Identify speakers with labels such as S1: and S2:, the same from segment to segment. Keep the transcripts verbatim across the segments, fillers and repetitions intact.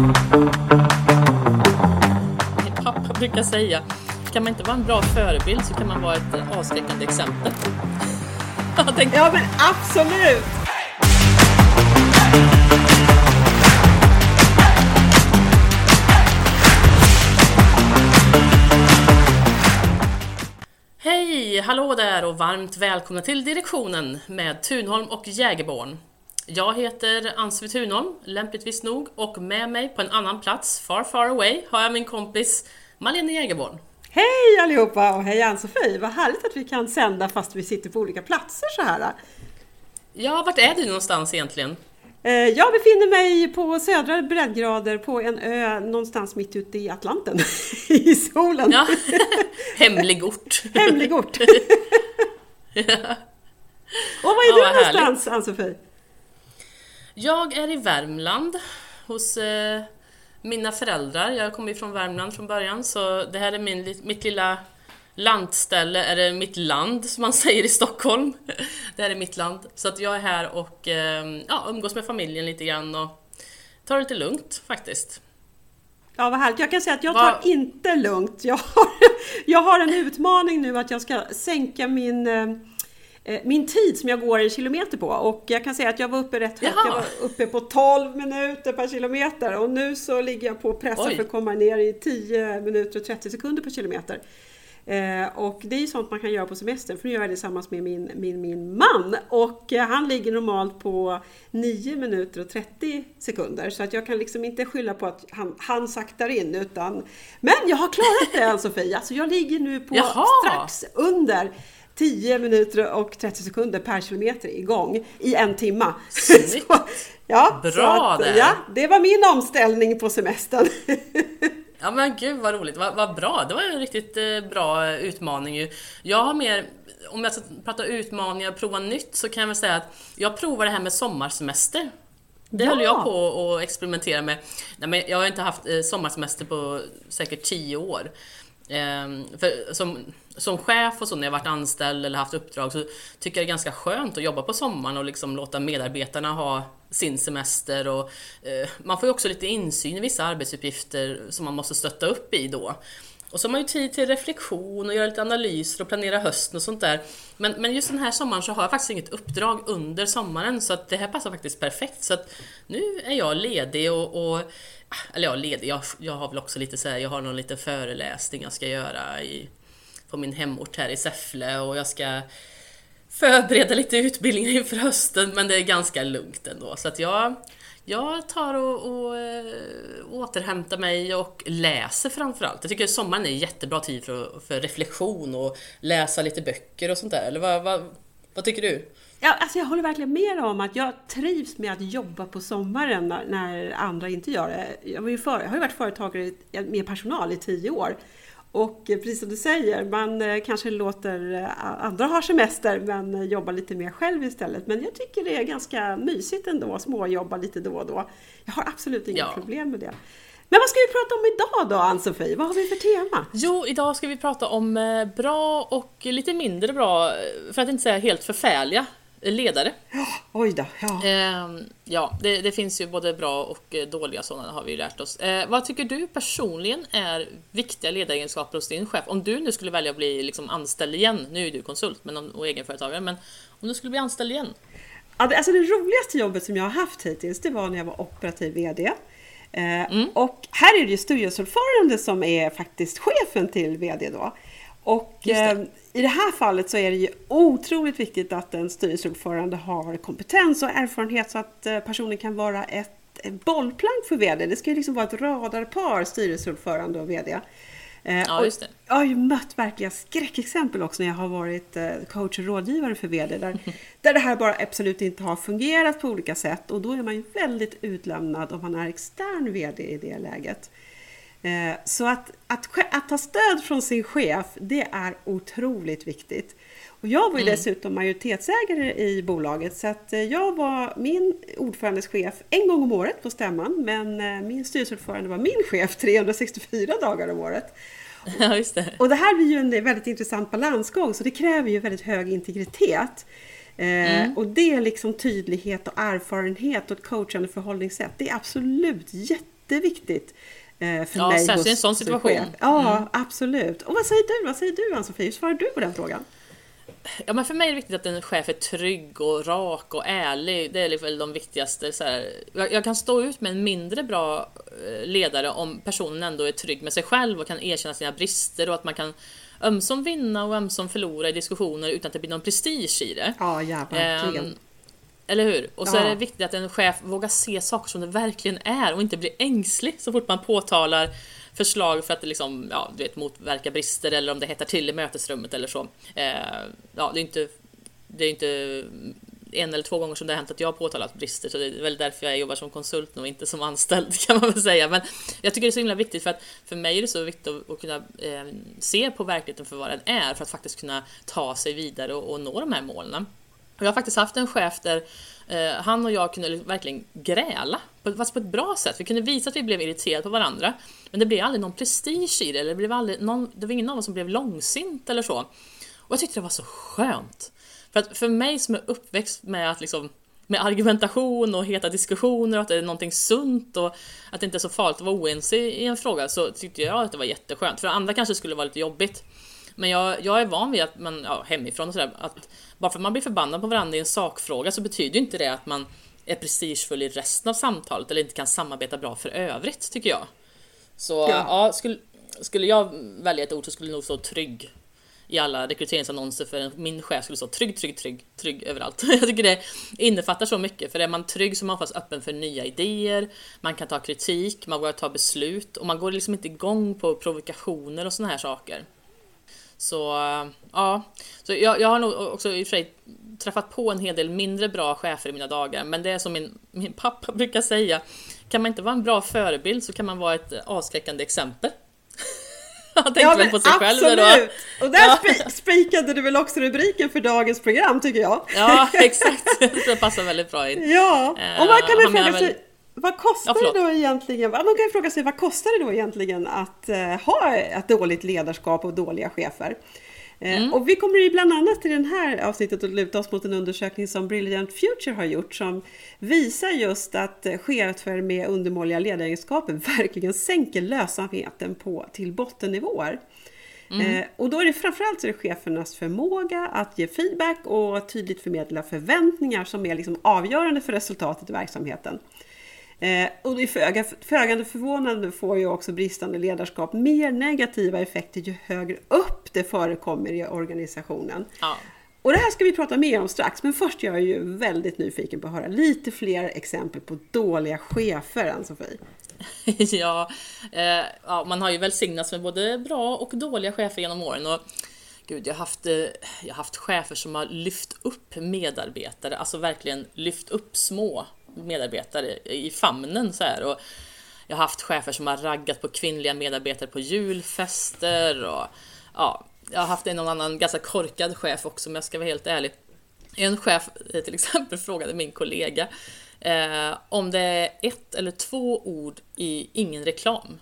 S1: Min pappa brukar säga, kan man inte vara en bra förebild så kan man vara ett avskräckande exempel. Jag tänkte...
S2: Ja, men absolut!
S1: Hej, hallå där och varmt välkomna till Direktionen med Thunholm och Jägerborn. Jag heter Ann-Sofie Thunholm, lämpligtvis nog, och med mig på en annan plats, far far away, har jag min kompis Malene Jägerborn.
S2: Hej allihopa och hej Ann-Sofie, vad härligt att vi kan sända fast vi sitter på olika platser så här.
S1: Ja, vart är du någonstans egentligen?
S2: Jag befinner mig på södra breddgrader på en ö någonstans mitt ute i Atlanten, i solen.
S1: Ja, hemlig ort.
S2: Hemlig ort. Ja. Och vad är
S1: Ja,
S2: du
S1: vad
S2: någonstans, Ann-Sofie?
S1: Jag är i Värmland hos eh, mina föräldrar. Jag kommer från Värmland från början, så det här är min, mitt lilla landställe, eller mitt land som man säger i Stockholm. Det här är mitt land. Så att jag är här och eh, ja, umgås med familjen lite grann och tar det lite lugnt faktiskt.
S2: Ja, vad härligt. Jag kan säga att jag tar
S1: Va?
S2: inte lugnt. Jag har, jag har en utmaning nu att jag ska sänka min, eh, min tid som jag går i kilometer på. Och jag kan säga att jag var uppe rätt högt.
S1: Jaha.
S2: Jag var uppe på tolv minuter per kilometer. Och nu så ligger jag på pressa
S1: Oj.
S2: för att komma ner i tio minuter och trettio sekunder per kilometer. Eh, och det är ju sånt man kan göra på semester, för nu gör jag det tillsammans med min, min, min man, och eh, han ligger normalt på nio minuter och trettio sekunder, så att jag kan liksom inte skylla på att han, han saktar in, utan men jag har klarat det, Ann-Sofie. Alltså jag ligger nu på
S1: Jaha.
S2: strax under tio minuter och trettio sekunder per kilometer igång i en timma.
S1: Snyggt.
S2: Så, ja,
S1: Bra
S2: så att,
S1: där.
S2: ja, det var min omställning på semestern.
S1: Ja men gud vad roligt, vad, vad bra, det var en riktigt eh, bra utmaning ju. Jag har mer, om jag ska prata utmaningar och prova nytt, så kan jag väl säga att jag provar det här med sommarsemester. Det
S2: Ja.
S1: höll jag på att experimentera med. Nej, men jag har inte haft eh, sommarsemester på säkert tio år. Eh, för som, som chef och så, när jag varit anställd eller haft uppdrag, så tycker jag det är ganska skönt att jobba på sommaren och liksom låta medarbetarna ha sin semester, och eh, man får ju också lite insyn i vissa arbetsuppgifter som man måste stötta upp i då. Och så har man ju tid till reflektion och göra lite analyser och planera hösten och sånt där. Men, men just den här sommaren så har jag faktiskt inget uppdrag under sommaren, så att det här passar faktiskt perfekt. Så att nu är jag ledig och, och eller jag är ledig, jag, jag har väl också lite så här, jag har någon liten föreläsning jag ska göra i, på min hemort här i Säffle, och jag ska förbereda lite utbildningar inför hösten, men det är ganska lugnt ändå. Så att jag, jag tar och, och äh, återhämtar mig och läser framförallt. Jag tycker att sommaren är en jättebra tid för, för reflektion och läsa lite böcker och sånt där. Eller vad, vad, vad tycker du?
S2: Ja, alltså jag håller verkligen med om att jag trivs med att jobba på sommaren när, när andra inte gör det. Jag, var ju för, jag har ju varit företagare med personal i tio år. Och precis som du säger, man kanske låter andra ha semester men jobbar lite mer själv istället. Men jag tycker det är ganska mysigt ändå, småjobba lite då och då. Jag har absolut inga
S1: Ja.
S2: problem med det. Men vad ska vi prata om idag då, Ann-Sofie? Vad har vi för tema?
S1: Jo, idag ska vi prata om bra och lite mindre bra, för att inte säga helt förfärliga, ledare.
S2: Oj då, ja.
S1: Eh, ja, det, det finns ju både bra och dåliga sådana, har vi ju lärt oss. Eh, vad tycker du personligen är viktiga ledaregenskaper hos din chef? Om du nu skulle välja att bli liksom anställd igen, nu är du konsult men, och egenföretagare, men om du skulle bli anställd igen?
S2: Ja, det, alltså det roligaste jobbet som jag har haft hittills, det var när jag var operativ vd. Eh, mm. Och här är det ju styrelseordförande som är faktiskt chefen till vd då. Och eh, i det här fallet så är det ju otroligt viktigt att en styrelseordförande har kompetens och erfarenhet så att eh, personen kan vara ett, ett bollplank för vd. Det ska ju liksom vara ett radarpar, styrelseordförande och vd. Eh,
S1: ja, just det.
S2: Jag har ju mött verkliga skräckexempel också när jag har varit eh, coach och rådgivare för vd. Där, där det här bara absolut inte har fungerat på olika sätt. Och då är man ju väldigt utlämnad om man är extern vd i det läget. Så att, att, att ta stöd från sin chef, det är otroligt viktigt. Och jag var ju mm. dessutom majoritetsägare i bolaget, så att jag var min ordförandes chef en gång om året på stämman, men min styrelseordförande var min chef trehundrasextiofyra dagar om året.
S1: Ja, just det.
S2: Och det här blir ju en väldigt intressant balansgång, så det kräver ju väldigt hög integritet. Mm. Eh, och det är liksom tydlighet och erfarenhet och ett coachande förhållningssätt. Det är absolut jätte jätteviktigt eh, för
S1: ja,
S2: mig.
S1: Särskilt i en sån situation.
S2: Chef. Ja, mm. absolut. Och vad säger du? Vad säger du, Ann-Sofie? Hur svarar du på den frågan?
S1: Ja, men för mig är det viktigt att en chef är trygg och rak och ärlig. Det är väl de viktigaste. Så här. Jag, jag kan stå ut med en mindre bra ledare om personen ändå är trygg med sig själv och kan erkänna sina brister, och att man kan ömsom vinna och ömsom förlora i diskussioner utan att det blir någon prestige i det.
S2: Ja, ja, verkligen.
S1: Um, eller hur? Och så
S2: ja.
S1: är det viktigt att en chef vågar se saker som det verkligen är och inte blir ängslig så fort man påtalar förslag för att det liksom, ja, du vet, motverka brister, eller om det hettar till i mötesrummet eller så. Eh, ja, det är inte det är inte en eller två gånger som det har hänt att jag har påtalat brister, så det är väl därför jag jobbar som konsult och inte som anställd, kan man väl säga. Men jag tycker det är så himla viktigt, för att för mig är det så viktigt att, att kunna eh, se på verkligheten för vad den är, för att faktiskt kunna ta sig vidare och, och nå de här målen. Och jag har faktiskt haft en chef där eh, han och jag kunde verkligen gräla, fast på ett bra sätt. Vi kunde visa att vi blev irriterade på varandra, men det blev aldrig någon prestige i det, eller det, blev aldrig någon, det var ingen av oss som blev långsint eller så. Och jag tyckte det var så skönt. För att för mig som är uppväxt med att liksom, med argumentation och heta diskussioner, och att det är någonting sunt och att det inte är så farligt att vara oense i en fråga, så tyckte jag att det var jätteskönt. För andra kanske skulle vara lite jobbigt. Men jag, jag är van vid att man, ja, hemifrån och sådär, att bara för att man blir förbannad på varandra i en sakfråga så betyder inte det att man är prestigefull i resten av samtalet eller inte kan samarbeta bra för övrigt, tycker jag. Så ja, ja skulle, skulle jag välja ett ord så skulle det nog stå trygg i alla rekryteringsannonser, för min chef skulle stå trygg, trygg, trygg, trygg överallt. Jag tycker det innefattar så mycket, för är man trygg så är man fast öppen för nya idéer, man kan ta kritik, man vågar ta beslut, och man går liksom inte igång på provokationer och såna här saker. Så ja, så jag, jag har nog också i och för sig träffat på en hel del mindre bra chefer i mina dagar, men det är som min, min pappa brukar säga, kan man inte vara en bra förebild så kan man vara ett avskräckande exempel. Han tänkte ja, väl på sig
S2: absolut.
S1: Själv då.
S2: Och där ja. sp- spikade du väl också rubriken för dagens program, tycker jag.
S1: Ja, exakt. Det passar väldigt bra in.
S2: Ja, och man kan väl fråga sig, väl... vad kostar
S1: ja,
S2: det då egentligen? Man kan ju fråga sig, vad kostar det då egentligen att uh, ha ett dåligt ledarskap och dåliga chefer? Mm. Och vi kommer ju bland annat i den här avsnittet att luta oss mot en undersökning som Brilliant Future har gjort, som visar just att chefer med undermåliga ledaregenskaper verkligen sänker lönsamheten på till bottennivåer. Mm. Eh, och då är det framförallt så är det chefernas förmåga att ge feedback och tydligt förmedla förväntningar som är liksom avgörande för resultatet i verksamheten. Eh, och det är föga, fögande förvånande får ju också bristande ledarskap mer negativa effekter ju högre upp det förekommer i organisationen. Ja. Och det här ska vi prata mer om strax, men först är jag ju väldigt nyfiken på att höra lite fler exempel på dåliga chefer, Ann-Sofie.
S1: Ja, eh, ja, man har ju välsignats med både bra och dåliga chefer genom åren, och gud, jag har haft, jag har haft chefer som har lyft upp medarbetare, alltså verkligen lyft upp små medarbetare i famnen så här. Och jag har haft chefer som har raggat på kvinnliga medarbetare på julfester, och ja, jag har haft en och annan ganska korkad chef också, om jag ska vara helt ärlig. En chef till exempel frågade min kollega eh, om det är ett eller två ord i ingen reklam.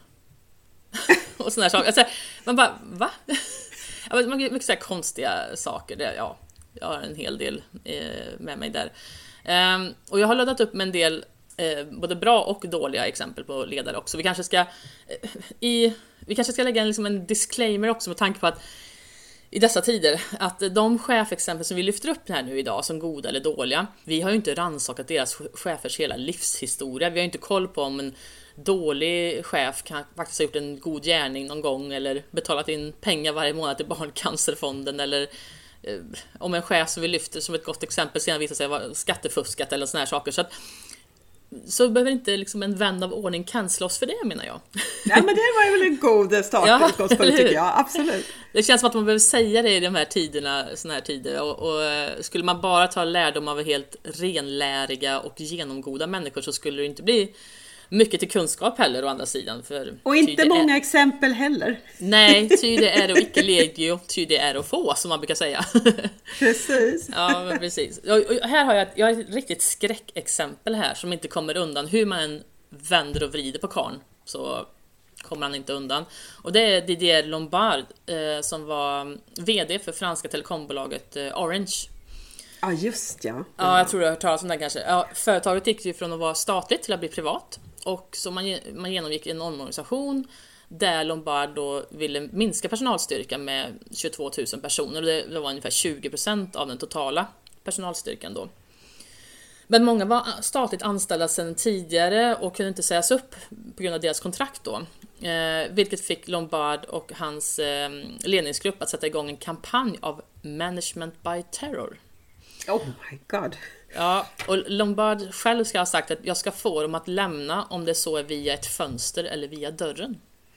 S1: Och såna här saker. Alltså, man bara, va? Man gör mycket så här konstiga saker. Det, ja, jag har en hel del eh, med mig där. Um, och jag har laddat upp med en del eh, både bra och dåliga exempel på ledare också. Vi kanske ska eh, i, vi kanske ska lägga en, liksom en disclaimer också, med tanke på att i dessa tider, att de chefexempel som vi lyfter upp här nu idag som goda eller dåliga, vi har ju inte rannsakat deras chefers hela livshistoria. Vi har inte koll på om en dålig chef kan faktiskt ha gjort en god gärning någon gång, eller betalat in pengar varje månad till Barncancerfonden, eller om en chef som vi lyfter som ett gott exempel senare visar sig vara skattefuskat eller såna här saker. Så att, så behöver inte liksom en vän av ordning cancella oss för det, menar jag.
S2: Ja, men det var ju väl en god start, ja, tycker jag, absolut.
S1: Det känns som att man behöver säga det i de här tiderna, såna här tider, och, och skulle man bara ta lärdom av helt renläriga och genomgoda människor, så skulle det inte bli mycket till kunskap heller, å andra sidan. För
S2: och inte många
S1: är...
S2: exempel heller.
S1: Nej, ty det är och icke legio, ty det är och få, som man brukar säga.
S2: Precis.
S1: Ja, men precis. Och här har jag, jag har ett riktigt skräckexempel här som inte kommer undan. Hur man än vänder och vrider på karn, så kommer han inte undan. Och det är Didier Lombard eh, som var vd för franska telekombolaget eh, Orange.
S2: Ja, just ja.
S1: Ja, jag tror jag har hört talas om det kanske. Ja, företaget gick ju från att vara statligt till att bli privat. Och så man, man genomgick en omorganisation där Lombard då ville minska personalstyrkan med tjugotvå tusen personer. Det, det var ungefär tjugo procent av den totala personalstyrkan då. Men många var statligt anställda sedan tidigare och kunde inte sägas upp på grund av deras kontrakt då. Eh, vilket fick Lombard och hans eh, ledningsgrupp att sätta igång en kampanj av Management by Terror.
S2: Oh my god.
S1: Ja, och Lombard själv ska ha sagt att jag ska få dem att lämna om det så är via ett fönster eller via dörren.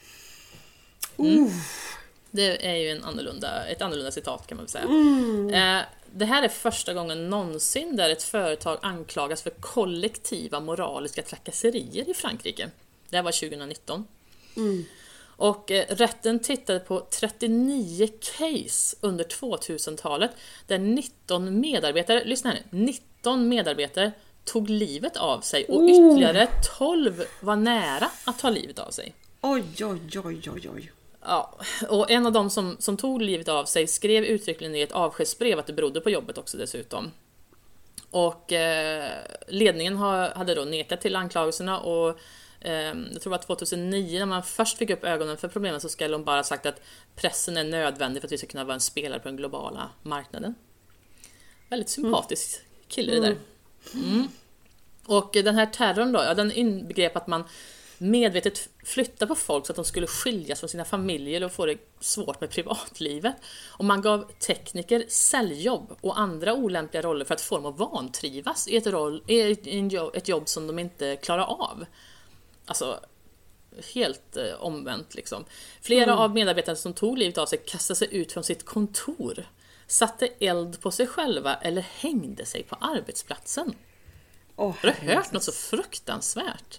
S1: Mm. Uh. Det är ju en annorlunda, ett annorlunda citat kan man väl säga. Mm. Eh, det här är första gången någonsin där ett företag anklagas för kollektiva moraliska trakasserier i Frankrike. Det här var tjugonitton. Mm. Och eh, rätten tittade på trettionio case under tvåtusentalet där nitton medarbetare, lyssna här nu, nitton medarbetare tog livet av sig och ytterligare tolv var nära att ta livet av sig.
S2: Oj, oj, oj, oj, oj.
S1: Ja, och en av dem som, som tog livet av sig skrev uttryckligen i ett avskedsbrev att det berodde på jobbet också dessutom. Och eh, ledningen ha, hade då nekat till anklagelserna och eh, jag tror det var tjugohundranio när man först fick upp ögonen för problemen så ska de bara sagt att pressen är nödvändig för att vi ska kunna vara en spelare på den globala marknaden. Väldigt sympatisk mm. kille det där. Mm. Och den här terrorn då, ja, den inbegrep att man medvetet flytta på folk så att de skulle skiljas från sina familjer och få det svårt med privatlivet. Och man gav tekniker säljjobb och andra olämpliga roller för att få dem att vantrivas i ett, roll, i ett jobb som de inte klarar av. Alltså, helt eh, omvänt liksom. Flera mm. av medarbetarna som tog livet av sig kastade sig ut från sitt kontor, satte eld på sig själva eller hängde sig på arbetsplatsen. Oh, Har du hört något så fruktansvärt?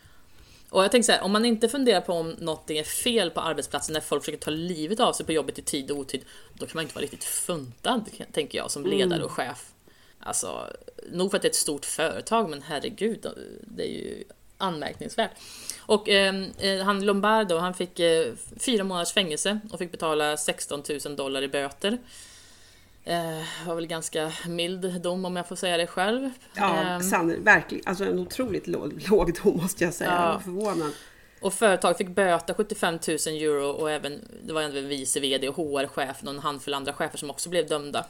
S1: Och jag tänker så här, om man inte funderar på om något är fel på arbetsplatsen när folk försöker ta livet av sig på jobbet i tid och otid, då kan man inte vara riktigt funtad, tänker jag, som ledare och chef. Alltså, nog för att det är ett stort företag, men herregud, det är ju anmärkningsvärt. Och eh, han Lombardo, han fick eh, fyra månaders fängelse och fick betala sexton tusen dollar i böter. Eh, var väl ganska mild dom om jag får säga det själv.
S2: Ja, eh, sann, verkligen. Alltså en otroligt låg, låg dom måste jag säga. Ja. Jag var förvånad.
S1: Och företag fick böta sjuttiofem tusen euro och även, det var även vice vd och H R-chefen och en handfull andra chefer som också blev dömda.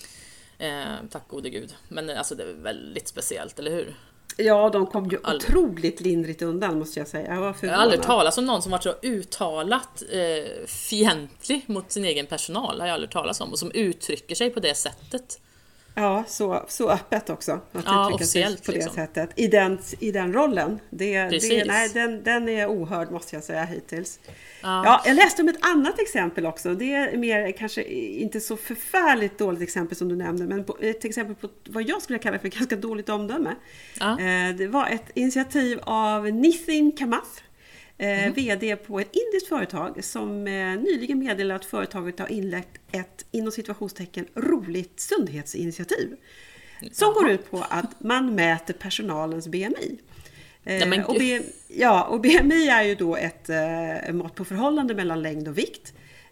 S1: Eh, tack gode gud. Men alltså det är väldigt speciellt, eller hur?
S2: Ja, de kom ju aldrig. otroligt lindrigt undan måste jag säga. Jag var
S1: förvånad. Jag har aldrig talat om någon som varit så uttalat eh, fientlig mot sin egen personal. Har jag aldrig talat om. Och som uttrycker sig på det sättet.
S2: Ja, så, så öppet också. Att
S1: ja, officiellt
S2: på det
S1: liksom.
S2: sättet. I den, i den rollen. Det, det, nej, den, den är ohörd måste jag säga hittills. Ja. Ja, jag läste om ett annat exempel också. Det är mer kanske inte så förfärligt dåligt exempel som du nämnde. Men ett exempel på vad jag skulle kalla för ganska dåligt omdöme. Ja. Det var ett initiativ av Nitin Kamath. Mm. vd på ett indiskt företag som nyligen meddelade att företaget har inlett ett inom situationstecken roligt sundhetsinitiativ som går ut på att man mäter personalens B M I. Nej, men... och, B, ja, och B M I är ju då ett eh, mått på förhållande mellan längd och vikt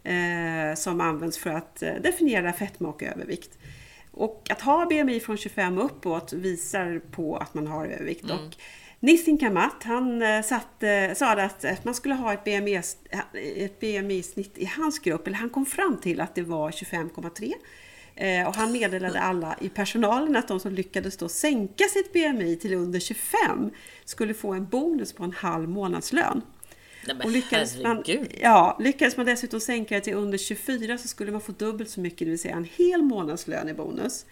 S2: eh, som används för att eh, definiera fetma och övervikt. Och att ha B M I från tjugofem uppåt visar på att man har övervikt. Mm. Och Nitin Kamath, han satt, sa att man skulle ha ett B M I, ett B M I-snitt i hans grupp, eller han kom fram till att det var tjugofem komma tre. Och han meddelade alla i personalen att de som lyckades då sänka sitt B M I till under tjugofem skulle få en bonus på en halv månadslön.
S1: Nej,
S2: och lyckades man, ja, lyckades man dessutom sänka det till under tjugofyra så skulle man få dubbelt så mycket, det vill säga en hel månadslön i bonus.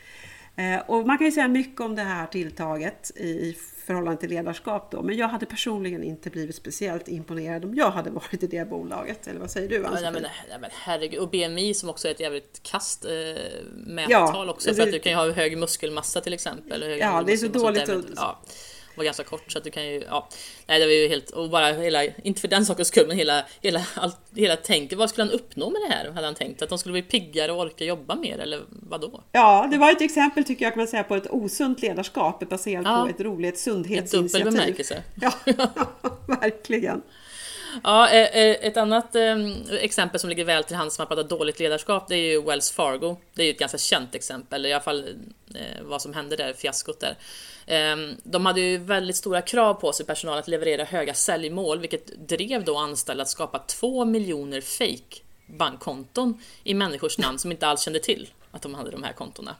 S2: Och man kan ju säga mycket om det här tilltaget i förhållande till ledarskap då, men jag hade personligen inte blivit speciellt imponerad om jag hade varit i det bolaget, eller vad säger du?
S1: Ja, nej, men, nej, men herregud, och B M I som också är ett jävligt kast eh, mättal ja, också, för det, att du kan ju ha hög muskelmassa till exempel. Hög
S2: ja, det är så dåligt.
S1: Även, ja, var ganska kort så att du kan ju, ja, nej det var ju helt, och bara hela, inte för den sakens skull, men hela, hela, allt, hela tänket, vad skulle han uppnå med det här? Hade han tänkt att de skulle bli piggare och orka jobba mer, eller vad då?
S2: Ja, det var ett exempel tycker jag kan man säga på ett osunt ledarskap baserat ja, på ett roligt sundhetsinitiativ.
S1: Ett dubbel bemärkelse.
S2: Ja, verkligen.
S1: Ja, ett annat exempel som ligger väl till hands som man pratar dåligt ledarskap, det är ju Wells Fargo. Det är ju ett ganska känt exempel, i alla fall vad som hände där, fiaskot där. De hade ju väldigt stora krav på sig personal att leverera höga säljmål, vilket drev då anställda att skapa två miljoner fake bankkonton i människors namn som inte alls kände till att de hade de här kontona.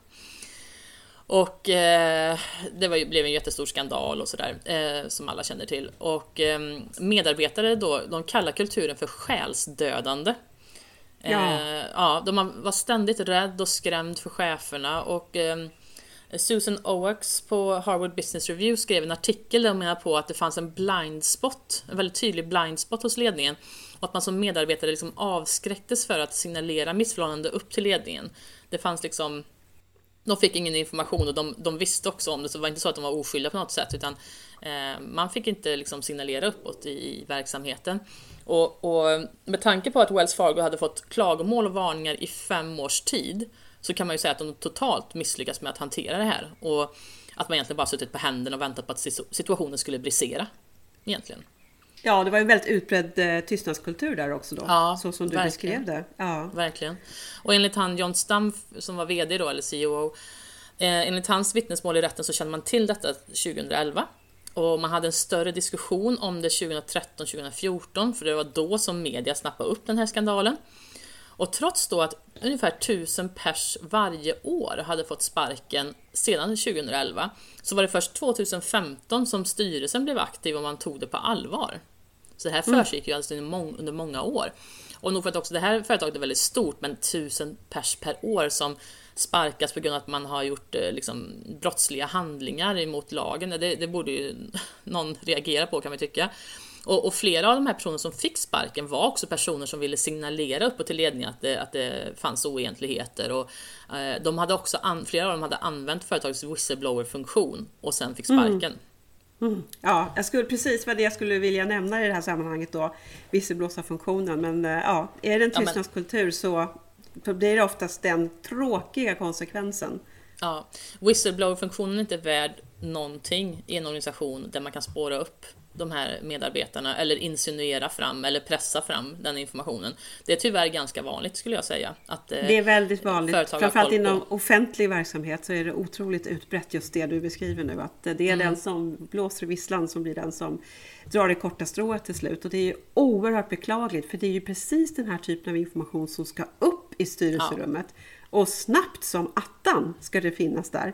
S1: Och eh, det var ju, blev en jättestor skandal och sådär, eh, som alla känner till. Och eh, medarbetare då, de kallar kulturen för själsdödande. Eh, ja. Ja, de var ständigt rädd och skrämd för cheferna. Och eh, Susan Oaks på Harvard Business Review skrev en artikel där hon menar på att det fanns en blind spot, en väldigt tydlig blind spot hos ledningen. Och att man som medarbetare liksom avskräcktes för att signalera missförhållande upp till ledningen. Det fanns liksom... De fick ingen information och de, de visste också om det, så det var inte så att de var oskyldiga på något sätt, utan eh, man fick inte liksom signalera uppåt i, i verksamheten. Och, och med tanke på att Wells Fargo hade fått klagomål och varningar i fem års tid, så kan man ju säga att de totalt misslyckats med att hantera det här. Och att man egentligen bara suttit på händerna och väntat på att situationen skulle brisera, egentligen.
S2: Ja, det var en väldigt utbredd eh, tystnadskultur där också då,
S1: ja,
S2: så som du
S1: verkligen.
S2: beskrev det. Ja,
S1: verkligen. Och enligt han John Stumpf som var vd då, eller C E O, eh, enligt hans vittnesmål i rätten så kände man till detta tjugoelva. Och man hade en större diskussion om det tjugotretton tjugofjorton, för det var då som media snappade upp den här skandalen. Och trots då att ungefär tusen pers varje år hade fått sparken sedan tjugoelva, så var det först tjugohundrafemton som styrelsen blev aktiv och man tog det på allvar. Så det här försiggick ju alltså under många år. Och nog för att också det här företaget är väldigt stort, men tusen pers per år som sparkas på grund av att man har gjort liksom, brottsliga handlingar emot lagen. Det, det borde ju någon reagera på, kan man tycka. Och, och flera av de här personerna som fick sparken var också personer som ville signalera uppåt till ledningen att det, att det fanns oegentligheter. Och, eh, de hade också an, flera av dem hade använt företagets whistleblower-funktion och sen fick sparken. Mm.
S2: Mm. Ja, jag skulle precis vad det jag skulle vilja nämna i det här sammanhanget då, visselblåsarfunktionen. Men ja, är det en tystnadskultur ja, så blir det oftast den tråkiga konsekvensen.
S1: Ja, whistleblower-funktionen är inte värd någonting i en organisation där man kan spåra upp de här medarbetarna eller insinuera fram eller pressa fram den informationen. Det är tyvärr ganska vanligt, skulle jag säga. Att
S2: det är väldigt vanligt. Framförallt inom offentlig verksamhet så är det otroligt utbrett just det du beskriver nu. Att det är mm. den som blåser i visslan som blir den som drar det korta strået till slut. Och det är ju oerhört beklagligt, för det är ju precis den här typen av information som ska upp i styrelserummet. Ja. Och snabbt som attan ska det finnas där.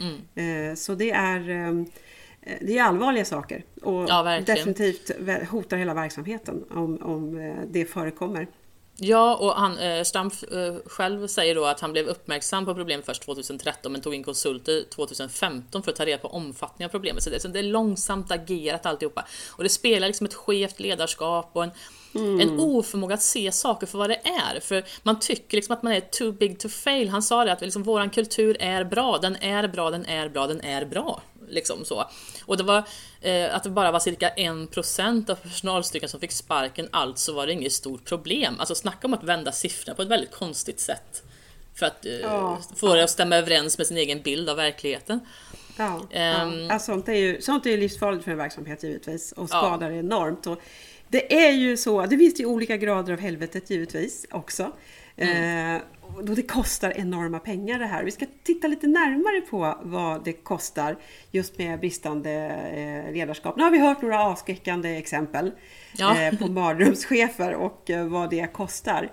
S2: Mm. Så det är... Det är allvarliga saker och ja, definitivt hotar hela verksamheten om, om det förekommer.
S1: Ja, och han, eh, Stumpf eh, själv säger då att han blev uppmärksam på problemet först tjugohundratretton men tog in konsulter tjugohundrafemton för att ta reda på omfattningen av problemet. Så det, så det är långsamt agerat alltihopa. Och det spelar liksom ett skevt ledarskap och en, mm. en oförmåga att se saker för vad det är. För man tycker liksom att man är too big to fail. Han sa det att liksom, våran kultur är bra, den är bra, den är bra, den är bra. Liksom så. Och det var eh, att det bara var cirka en procent av personalstyrkan som fick sparken, alltså var det inget stort problem. Alltså snacka om att vända siffrorna på ett väldigt konstigt sätt för att eh, ja. få det att stämma överens med sin egen bild av verkligheten.
S2: Ja, um, ja. Alltså, sånt är ju sånt är ju livsfarligt för en verksamhet givetvis och skadar ja. enormt. Och det är ju så, det finns ju olika grader av helvetet givetvis också. Mm. Eh, då det kostar enorma pengar det här. Vi ska titta lite närmare på vad det kostar just med bristande eh, ledarskap. Nu har vi hört några avskräckande exempel ja. eh, på mardrömschefer och eh, vad det kostar.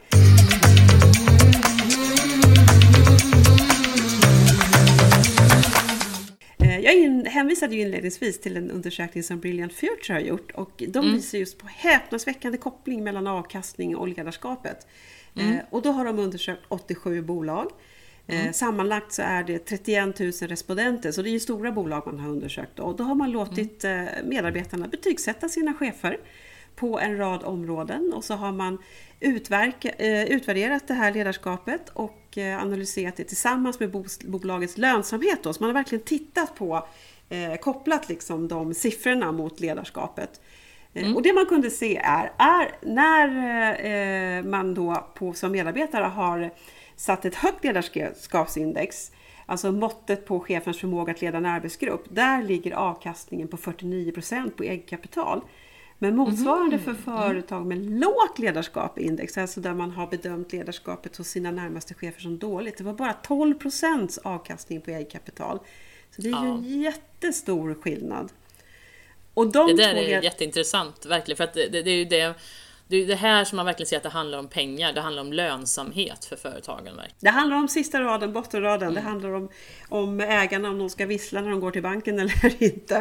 S2: Jag in, hänvisade ju inledningsvis till en undersökning som Brilliant Future har gjort och de mm. visar just på häpnadsväckande koppling mellan avkastning och ledarskapet. Mm. Eh, och då har de undersökt åttiosju bolag. Mm. Eh, sammanlagt så är det trettioen tusen respondenter, så det är ju stora bolag man har undersökt. Då. Och då har man låtit mm. eh, medarbetarna betygsätta sina chefer på en rad områden och så har man utverka, eh, utvärderat det här ledarskapet och eh, analyserat det tillsammans med bo- bolagets lönsamhet. Då. Så man har verkligen tittat på, eh, kopplat liksom de siffrorna mot ledarskapet. Mm. Och det man kunde se är, är när eh, man då på, som medarbetare har satt ett högt ledarskapsindex, alltså måttet på chefens förmåga att leda en arbetsgrupp, där ligger avkastningen på fyrtionio procent på eget kapital. Men motsvarande för företag med lågt ledarskap index, alltså där man har bedömt ledarskapet hos sina närmaste chefer som dåligt, det var bara tolv procent avkastning på eget kapital. Så det är ju ja. en jättestor skillnad.
S1: Och de det där är led... jätteintressant, verkligen, för att det, det, det är ju det, det är det här som man verkligen ser att det handlar om pengar, det handlar om lönsamhet för företagen. Verkligen.
S2: Det handlar om sista raden, bottenraden, mm. det handlar om, om ägarna, om de ska vissla när de går till banken eller inte.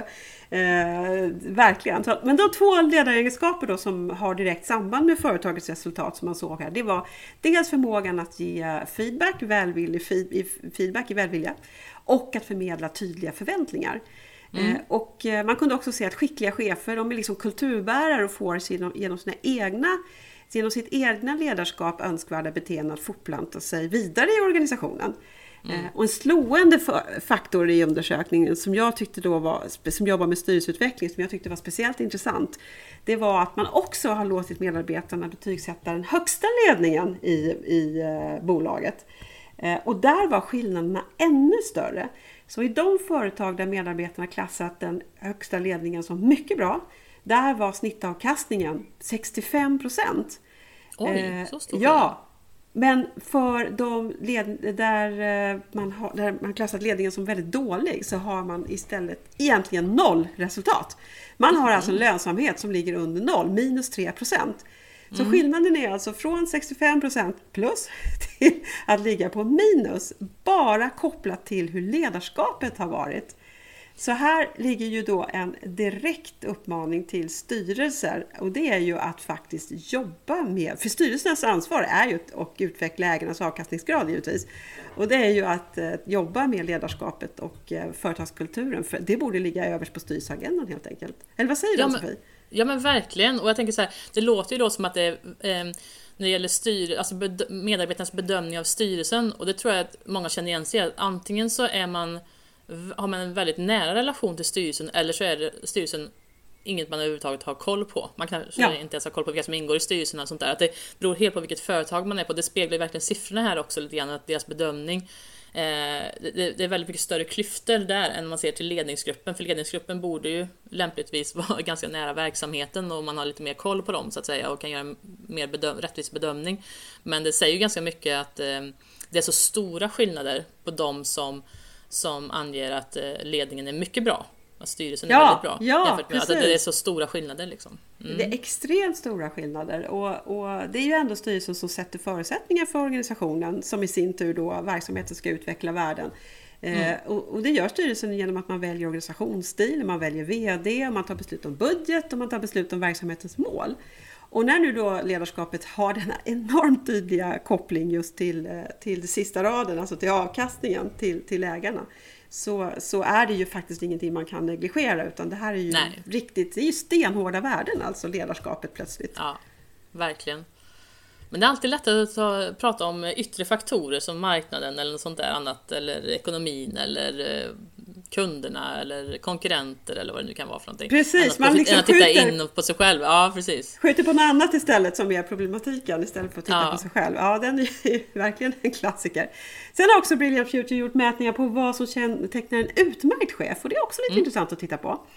S2: Eh, verkligen. Men de två ledaregenskaper då som har direkt samband med företagets resultat som man såg här, det var dels förmågan att ge feedback, välvillig feedback i välvilja, och att förmedla tydliga förväntningar. Mm. Och man kunde också se att skickliga chefer, de är liksom kulturbärare och får genom, genom sina egna, genom sitt egna ledarskap önskvärda beteenden att fortplanta sig vidare i organisationen. Mm. Och en slående faktor i undersökningen som jag tyckte då var, som jobbar med styrelseutveckling, som jag tyckte var speciellt intressant, det var att man också har låtit medarbetarna betygsätta den högsta ledningen i, i uh, bolaget. Uh, och där var skillnaderna ännu större. Så i de företag där medarbetarna klassat den högsta ledningen som mycket bra, där var snittavkastningen sextiofem procent.
S1: Oj, eh, så stor.
S2: Ja, men för de led- där, man har, där man klassat ledningen som väldigt dålig, så har man istället egentligen noll resultat. Man har alltså en lönsamhet som ligger under noll, minus tre procent. Så mm. skillnaden är alltså från sextiofem procent plus till att ligga på minus, bara kopplat till hur ledarskapet har varit. Så här ligger ju då en direkt uppmaning till styrelser, och det är ju att faktiskt jobba med, för styrelsernas ansvar är ju att utveckla ägarnas avkastningsgrad givetvis, och det är ju att eh, jobba med ledarskapet och eh, företagskulturen, för det borde ligga överst på styrelseagendan helt enkelt. Eller vad säger du,
S1: ja,
S2: Sofie?
S1: Ja, men verkligen, och jag tänker så här, det låter ju då som att det är, eh, när det gäller styr, alltså bed- medarbetarnas bedömning av styrelsen, och det tror jag att många känner igen sig, att antingen så är man, har man en väldigt nära relation till styrelsen, eller så är det styrelsen inget man överhuvudtaget har koll på. Man kanske ja. inte ens har koll på vilka som ingår i styrelsen och sånt där. Att det beror helt på vilket företag man är på. Det speglar ju verkligen siffrorna här också lite grann, att deras bedömning. Eh, det, det är väldigt mycket större klyftor där än man ser till ledningsgruppen. För ledningsgruppen borde ju lämpligtvis vara ganska nära verksamheten, och man har lite mer koll på dem så att säga, och kan göra en mer bedöm- rättvis bedömning. Men det säger ju ganska mycket att eh, det är så stora skillnader på dem som, som anger att eh, ledningen är mycket bra. Att styrelsen
S2: ja,
S1: är väldigt bra.
S2: Ja,
S1: jämfört med att det är så stora skillnader. Liksom. Mm.
S2: Det är extremt stora skillnader, och, och det är ju ändå styrelsen som sätter förutsättningar för organisationen, som i sin tur då verksamheten ska utveckla världen. Mm. Eh, och, och det gör styrelsen genom att man väljer organisationsstil, man väljer vd, man tar beslut om budget och man tar beslut om verksamhetens mål. Och när nu då ledarskapet har denna enormt tydliga koppling just till, till sista raden, alltså till avkastningen till, till ägarna, så, så är det ju faktiskt ingenting man kan negligera, utan det här är ju Nej. riktigt, det är ju stenhårda värden, alltså ledarskapet plötsligt.
S1: Ja, verkligen. Men det är alltid lättare att ta, prata om yttre faktorer som marknaden eller något sånt där annat, eller ekonomin eller eh, kunderna eller konkurrenter eller vad det nu kan vara för någonting.
S2: Precis,
S1: man
S2: liksom
S1: titta
S2: skjuter,
S1: in på sig själv. Ja, precis.
S2: Skjuter på något annat istället som är problematiken istället för att titta ja. på sig själv. Ja, den är ju verkligen en klassiker. Sen har också Brilliant Future gjort mätningar på vad som kännetecknar en utmärkt chef, och det är också lite mm. intressant att titta på.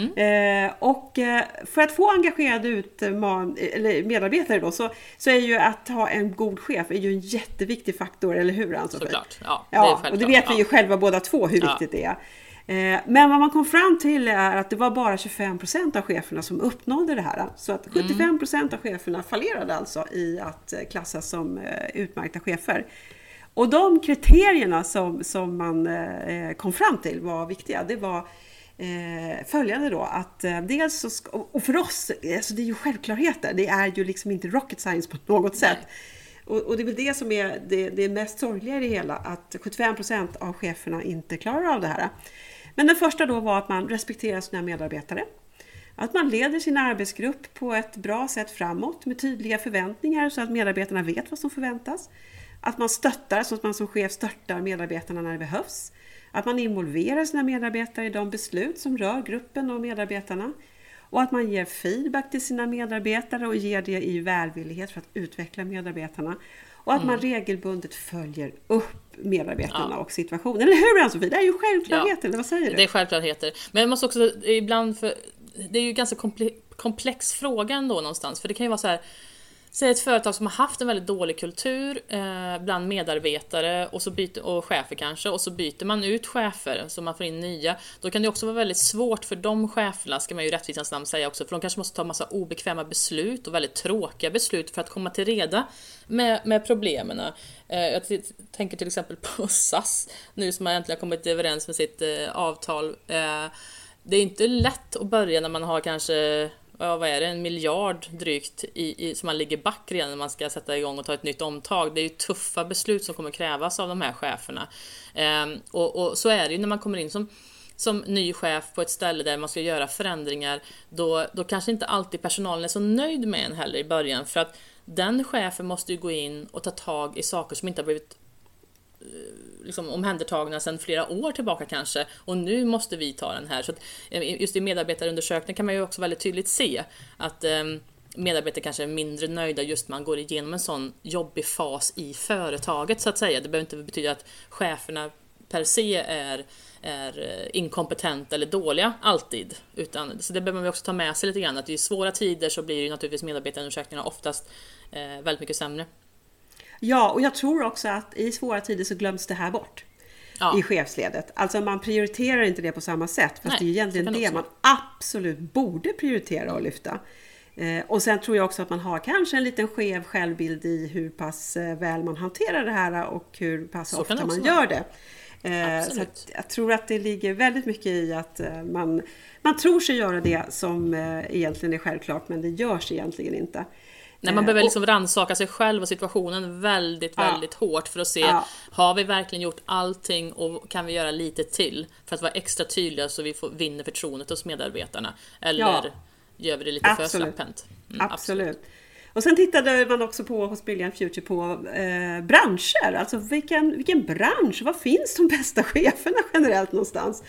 S2: Mm. Eh, och eh, för att få engagerade utman, eller medarbetare då, så, så är ju att ha en god chef är ju en jätteviktig faktor, eller hur? Alltså,
S1: Såklart, ja, det
S2: ja,
S1: är
S2: och det vet vi ju
S1: ja.
S2: själva båda två hur
S1: ja.
S2: viktigt det är. Eh, men vad man kom fram till är att det var bara tjugofem procent av cheferna som uppnådde det här. Så att sjuttiofem procent av cheferna fallerade alltså i att klassas som eh, utmärkta chefer. Och de kriterierna som, som man eh, kom fram till var viktiga. Det var eh, följande då, att eh, dels så ska, och för oss, alltså det är ju självklarheter, det är ju liksom inte rocket science på något sätt. Och, och det är väl det som är det, det mest sorgliga i det hela, att sjuttiofem procent av cheferna inte klarar av det här. Men den första då var att man respekterar sina medarbetare. Att man leder sin arbetsgrupp på ett bra sätt framåt med tydliga förväntningar så att medarbetarna vet vad som förväntas. Att man stöttar, så att man som chef stöttar medarbetarna när det behövs. Att man involverar sina medarbetare i de beslut som rör gruppen och medarbetarna. Och att man ger feedback till sina medarbetare och ger det i välvillighet för att utveckla medarbetarna. Och att mm. man regelbundet följer upp medarbetarna ja. och situationen. Eller hur, Ann-Sofie? Det är ju självklarheter, ja. eller vad säger du?
S1: Det är självklarheter. Men jag måste också ibland, för det är ju ganska komplex fråga ändå någonstans. För det kan ju vara så här, säg ett företag som har haft en väldigt dålig kultur eh, bland medarbetare och, så byter, och chefer kanske, och så byter man ut chefer så man får in nya. Då kan det också vara väldigt svårt för de cheferna, ska man ju rättvisans namn säga också, för de kanske måste ta massa obekväma beslut och väldigt tråkiga beslut för att komma till reda med, med problemen. Eh, jag t- tänker till exempel på S A S nu som har äntligen kommit överens med sitt eh, avtal. Eh, det är inte lätt att börja när man har kanske ja, vad är det, en miljard drygt i, i, som man ligger back redan när man ska sätta igång och ta ett nytt omtag. Det är ju tuffa beslut som kommer krävas av de här cheferna. Ehm, och, och så är det ju när man kommer in som, som ny chef på ett ställe där man ska göra förändringar. Då, då kanske inte alltid personalen är så nöjd med en heller i början. För att den chefen måste ju gå in och ta tag i saker som inte har blivit liksom omhändertagna sedan flera år tillbaka kanske, och nu måste vi ta den här. Så att, just i medarbetarundersökningen kan man ju också väldigt tydligt se att eh, medarbetare kanske är mindre nöjda just när man går igenom en sån jobbig fas i företaget så att säga. Det behöver inte betyda att cheferna per se är, är inkompetenta eller dåliga alltid, utan så det behöver man också ta med sig lite grann, att i svåra tider så blir ju naturligtvis medarbetarundersökningarna oftast eh, väldigt mycket sämre.
S2: Ja, och jag tror också att i svåra tider så glöms det här bort ja. i chefsledet. Alltså man prioriterar inte det på samma sätt. Fast Nej, det är egentligen det man absolut borde prioritera och lyfta. Eh, och sen tror jag också att man har kanske en liten skev självbild i hur pass väl man hanterar det här och hur pass så ofta man gör det. Eh, så att jag tror att det ligger väldigt mycket i att eh, man, man tror sig göra det som eh, egentligen är självklart, men det görs egentligen inte.
S1: Nej, man behöver liksom rannsaka sig själv och situationen väldigt, ja. väldigt hårt för att se, ja. har vi verkligen gjort allting och kan vi göra lite till för att vara extra tydliga så vi får vinna förtroendet hos medarbetarna? Eller ja. gör vi det lite absolut. för slapphänt? Mm,
S2: absolut. absolut. Och sen tittade man också på hos Brilliant Future på eh, branscher. Alltså vilken, vilken bransch, vad finns de bästa cheferna generellt någonstans?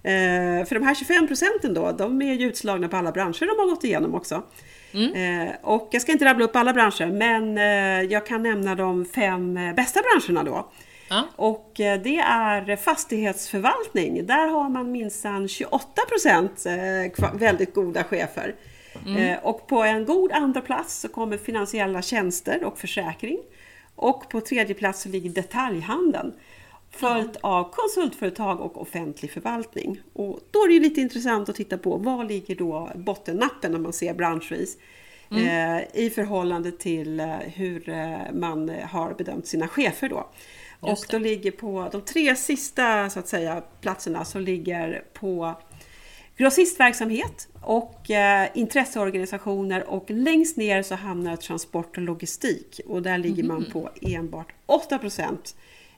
S2: Eh, för de här tjugofem procenten då, de är ju utslagna på alla branscher de har gått igenom också. Mm. Eh, och jag ska inte rabbla upp alla branscher, men eh, jag kan nämna de fem eh, bästa branscherna då. Ja. Och eh, det är fastighetsförvaltning. Där har man minsann tjugoåtta procent eh, väldigt goda chefer. Mm. Eh, och på en god andra plats så kommer finansiella tjänster och försäkring. Och på tredje plats så ligger detaljhandeln. Följt av konsultföretag och offentlig förvaltning. Och då är det ju lite intressant att titta på vad ligger då bottennappen när man ser branschvis. Mm. Eh, I förhållande till eh, hur eh, man har bedömt sina chefer då. Och då ligger på de tre sista så att säga platserna så ligger på grossistverksamhet och eh, intresseorganisationer, och längst ner så hamnar transport och logistik. Och där ligger mm. man på enbart åtta procent.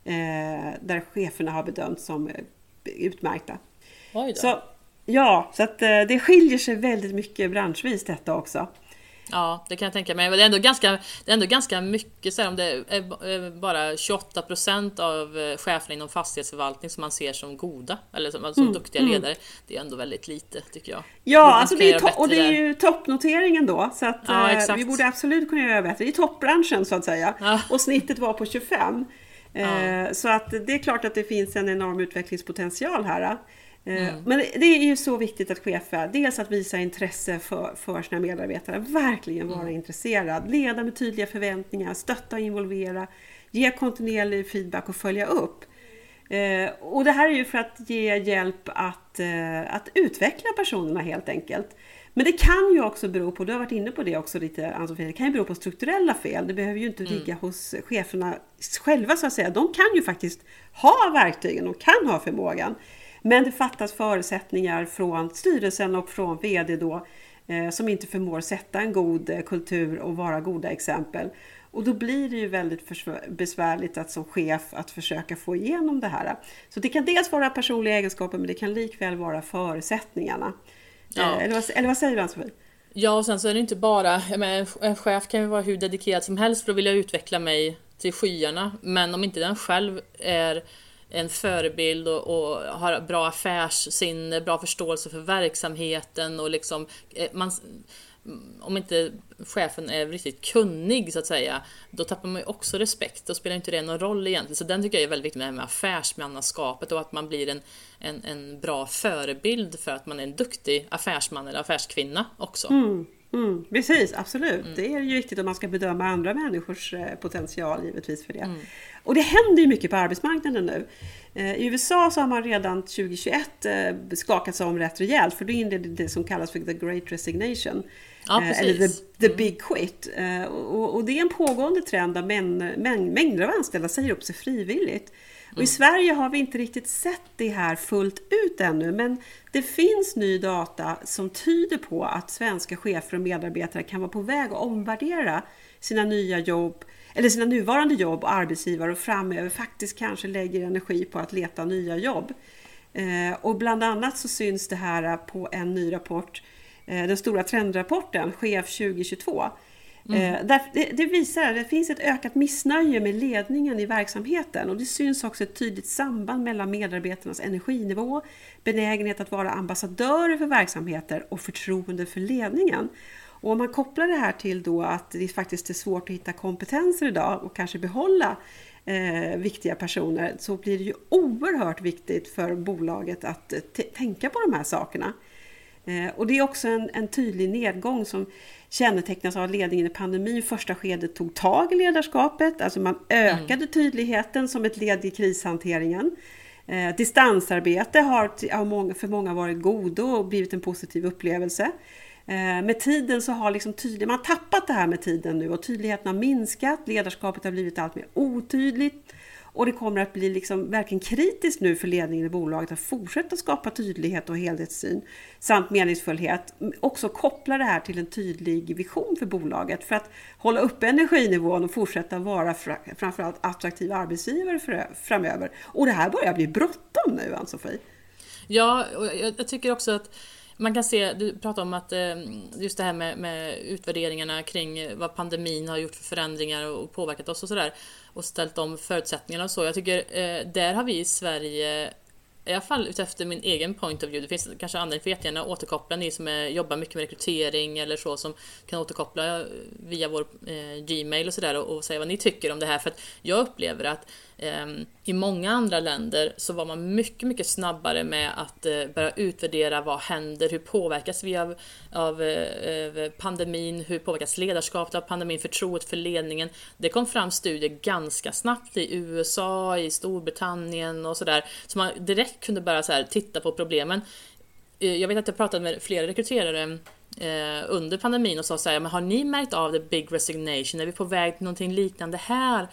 S2: Eh, där cheferna har bedömt som eh, utmärkta. Oj då. Så, ja, så att eh, det skiljer sig väldigt mycket branschvis detta också.
S1: Ja, det kan jag tänka mig. Men det är ändå ganska, det är ändå ganska mycket, så här, om det är bara tjugoåtta procent av cheferna inom fastighetsförvaltning som man ser som goda, eller som, som mm, duktiga mm. ledare. Det är ändå väldigt lite, tycker jag.
S2: Ja, alltså det är to- och det är ju toppnoteringen då, så att ja, eh, vi borde absolut kunna göra bättre. Det är toppbranschen så att säga. Ja. Och snittet var på tjugofem. Ja. Eh, så att det är klart att det finns en enorm utvecklingspotential här. Mm. Men det är ju så viktigt att chefer, dels att visa intresse för, för sina medarbetare, verkligen vara mm. intresserad, leda med tydliga förväntningar, stötta och involvera, ge kontinuerlig feedback och följa upp. Eh, och det här är ju för att ge hjälp att, eh, att utveckla personerna helt enkelt. Men det kan ju också bero på, du har varit inne på det också lite Ann-Sofie, det kan ju bero på strukturella fel. Det behöver ju inte mm. ligga hos cheferna själva så att säga. De kan ju faktiskt ha verktygen och kan ha förmågan. Men det fattas förutsättningar från styrelsen och från vd då, eh, som inte förmår sätta en god eh, kultur och vara goda exempel. Och då blir det ju väldigt försv- besvärligt att som chef att försöka få igenom det här. Så det kan dels vara personliga egenskaper, men det kan likväl vara förutsättningarna. Ja. Eh, eller, vad, eller vad säger du, Ann-Sofie?
S1: Ja, och sen så är det inte bara, jag menar, en chef kan ju vara hur dedikerad som helst för att vilja utveckla mig till skyarna. Men om inte den själv är en förebild och, och har bra affärssinne, bra förståelse för verksamheten och liksom man, om inte chefen är riktigt kunnig så att säga, då tappar man ju också respekt. Då spelar inte det någon roll egentligen. Så den tycker jag är väldigt viktig med, med affärsmannaskapet och att man blir en, en, en bra förebild för att man är en duktig affärsman eller affärskvinna också.
S2: Mm. Mm, precis, absolut. Mm. Det är ju viktigt om man ska bedöma andra människors potential givetvis för det. Mm. Och det händer ju mycket på arbetsmarknaden nu. I U S A så har man redan tjugohundratjugoett skakats om rätt rejält, för då inledde det som kallas för the Great Resignation.
S1: Ja,
S2: eller the, the Big Quit. Och, och det är en pågående trend där män, män, mängder av anställda säger upp sig frivilligt. Och i Sverige har vi inte riktigt sett det här fullt ut ännu, men det finns ny data som tyder på att svenska chefer och medarbetare kan vara på väg att omvärdera sina nya jobb, eller sina nuvarande jobb och arbetsgivare, och framöver faktiskt kanske lägger energi på att leta nya jobb. Och bland annat så syns det här på en ny rapport, den stora trendrapporten Chef tjugohundratjugotvå. Mm. Där, det, det visar att det finns ett ökat missnöje med ledningen i verksamheten, och det syns också ett tydligt samband mellan medarbetarnas energinivå, benägenhet att vara ambassadörer för verksamheter och förtroende för ledningen. Och om man kopplar det här till då att det faktiskt är svårt att hitta kompetenser idag och kanske behålla eh, viktiga personer, så blir det ju oerhört viktigt för bolaget att t- tänka på de här sakerna. Eh, och det är också en, en tydlig nedgång som kännetecknas av att ledningen i pandemin i första skedet tog tag i ledarskapet. Alltså man ökade mm. tydligheten som ett led i krishanteringen. Eh, distansarbete har, har många, för många varit godo och blivit en positiv upplevelse. Eh, med tiden så har liksom tydlig, man tappat det här med tiden nu, och tydligheten har minskat. Ledarskapet har blivit allt mer otydligt. Och det kommer att bli liksom verkligen kritiskt nu för ledningen i bolaget att fortsätta skapa tydlighet och helhetssyn samt meningsfullhet. Också koppla det här till en tydlig vision för bolaget för att hålla upp energinivån och fortsätta vara framförallt attraktiva arbetsgivare framöver. Och det här börjar bli bråttom nu, Ann-Sofie.
S1: Ja, och jag tycker också att man kan se, du pratar om att just det här med, med utvärderingarna kring vad pandemin har gjort för förändringar och påverkat oss och sådär, och ställt om förutsättningarna och så. Jag tycker, där har vi i Sverige, i alla fall utefter min egen point of view, det finns kanske andra, får jättegärna återkoppla, ni som är, jobbar mycket med rekrytering eller så, som kan återkoppla via vår eh, Gmail och sådär och, och säga vad ni tycker om det här. För att jag upplever att eh, i många andra länder så var man mycket, mycket snabbare med att eh, börja utvärdera vad händer, hur påverkas vi av, av eh, pandemin, hur påverkas ledarskapet av pandemin, förtroendet för ledningen. Det kom fram studier ganska snabbt i U S A, i Storbritannien och sådär, så man direkt kunde bara så här titta på problemen. Jag vet att jag pratade med flera rekryterare eh, under pandemin och sa så här, men har ni märkt av the big resignation? Är vi på väg till någonting liknande här?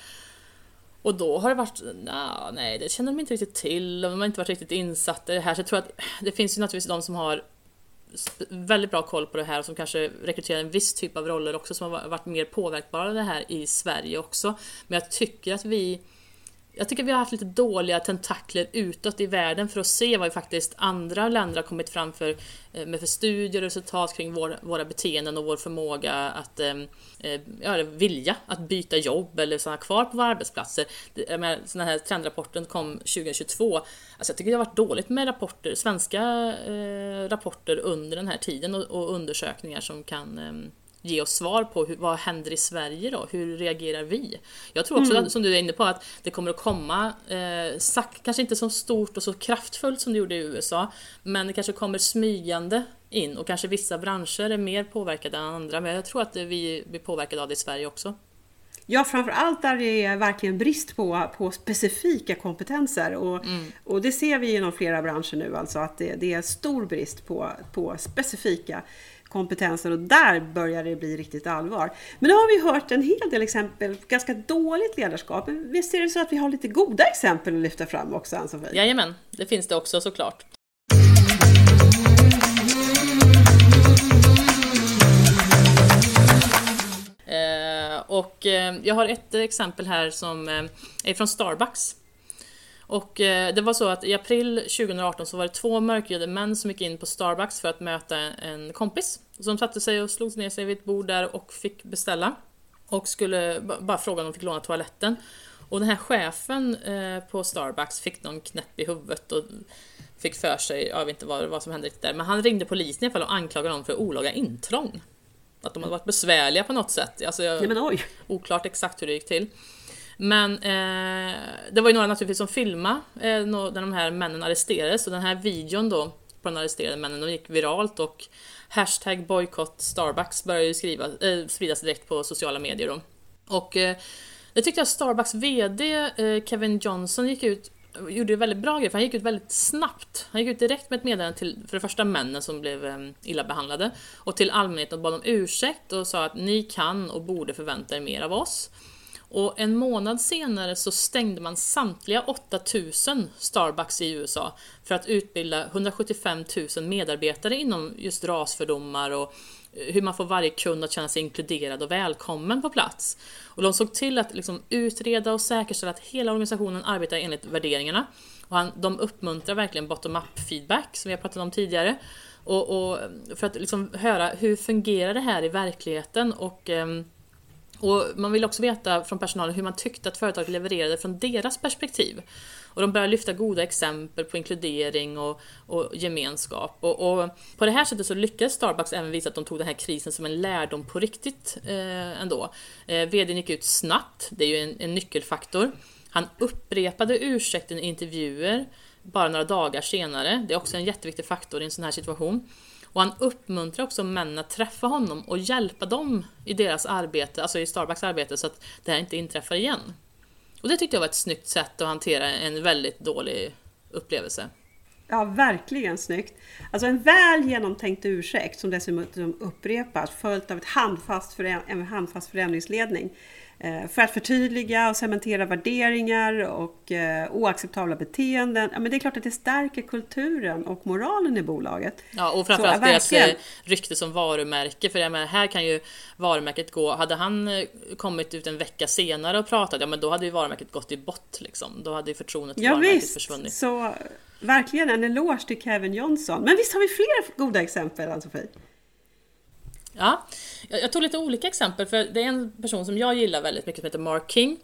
S1: Och då har det varit, nah, nej, det känner de inte riktigt till, och de har inte varit riktigt insatta i det här. Så jag tror att det finns ju naturligtvis de som har väldigt bra koll på det här och som kanske rekryterar en viss typ av roller också, som har varit mer påverkbara av det här i Sverige också. Men jag tycker att vi Jag tycker vi har haft lite dåliga tentakler utåt i världen för att se vad faktiskt andra länder har kommit fram för, med för studier och resultat kring vår, våra beteenden och vår förmåga att eh, ja, vilja att byta jobb eller stanna kvar på våra arbetsplatser. Den här trendrapporten kom tjugohundratjugotvå. Alltså jag tycker det har varit dåligt med rapporter, svenska eh, rapporter under den här tiden och, och undersökningar som kan eh, ge oss svar på hur, vad händer i Sverige då? Hur reagerar vi? Jag tror också, mm. att, som du är inne på, att det kommer att komma eh, sagt, kanske inte så stort och så kraftfullt som det gjorde i U S A, men det kanske kommer smygande in, och kanske vissa branscher är mer påverkade än andra, men jag tror att vi blir påverkade av det i Sverige också.
S2: Ja, framförallt där det är verkligen brist på, på specifika kompetenser, och, mm. och det ser vi inom flera branscher nu, alltså att det, det är stor brist på, på specifika kompetenser, och där börjar det bli riktigt allvar. Men nu har vi hört en hel del exempel, ganska dåligt ledarskap. Visst är det så att vi har lite goda exempel att lyfta fram också, Ann-Sofie?
S1: Jajamän, det finns det också såklart. Eh, och eh, jag har ett exempel här som eh, är från Starbucks. Och eh, det var så att i april tjugoarton så var det två mörkhyade män som gick in på Starbucks för att möta en kompis. Som satte sig och slog ner sig vid ett bord där och fick beställa. Och skulle b- bara fråga om de fick låna toaletten. Och den här chefen eh, på Starbucks fick någon knäpp i huvudet och fick för sig, jag vet inte vad, vad som hände där. Men han ringde polisen i alla fall och anklagade dem för olaga intrång. att de hade varit besvärliga på något sätt. Alltså jag,
S2: Nej, men oj.
S1: Oklart exakt hur det gick till. Men eh, det var ju några naturligtvis som filmade eh, när de här männen arresterades. Och den här videon då på de arresterade männen, de gick viralt. Och hashtag boycott Starbucks började ju skriva, eh, spridas direkt på sociala medier då. Och eh, det tyckte jag Starbucks vd eh, Kevin Johnson gick ut, gjorde väldigt bra grejer, för han gick ut väldigt snabbt. Han gick ut direkt med ett meddelande till för det första männen som blev eh, illa behandlade och till allmänheten och bad om ursäkt och sa att ni kan och borde förvänta er mer av oss. Och en månad senare så stängde man samtliga åtta tusen Starbucks i U S A för att utbilda hundrasjuttiofem tusen medarbetare inom just rasfördomar och hur man får varje kund att känna sig inkluderad och välkommen på plats. Och de såg till att liksom utreda och säkerställa att hela organisationen arbetar enligt värderingarna. Och han, de uppmuntrar verkligen bottom-up feedback som vi har pratat om tidigare. Och, och för att liksom höra hur fungerar det här i verkligheten och... Um, Och man vill också veta från personalen hur man tyckte att företaget levererade från deras perspektiv. Och de börjar lyfta goda exempel på inkludering och, och gemenskap. Och, och på det här sättet så lyckades Starbucks även visa att de tog den här krisen som en lärdom på riktigt eh, ändå. Eh, vdn gick ut snabbt, det är ju en, en nyckelfaktor. Han upprepade ursäkten i intervjuer bara några dagar senare. Det är också en jätteviktig faktor i en sån här situation. Och han uppmuntrar också männen att träffa honom och hjälpa dem i deras arbete, alltså i Starbucks arbete, så att det här inte inträffar igen. Och det tyckte jag var ett snyggt sätt att hantera en väldigt dålig upplevelse.
S2: Ja, verkligen snyggt. Alltså en väl genomtänkt ursäkt som dessutom upprepas följt av ett handfast föränd- en handfast förändringsledning. För att förtydliga och cementera värderingar och eh, oacceptabla beteenden. Ja, men det är klart att det stärker kulturen och moralen i bolaget.
S1: Ja, och framförallt deras verkligen... rykte som varumärke. För jag menar, här kan ju varumärket gå... Hade han kommit ut en vecka senare och pratat, ja men då hade ju varumärket gått i bott liksom. Då hade ju förtroendet för
S2: ja,
S1: varumärket
S2: visst.
S1: försvunnit.
S2: Så verkligen en eloge till Kevin Johnson. Men visst har vi fler goda exempel, Ann-Sofie?
S1: Ja, jag tog lite olika exempel, för det är en person som jag gillar väldigt mycket som heter Mark King.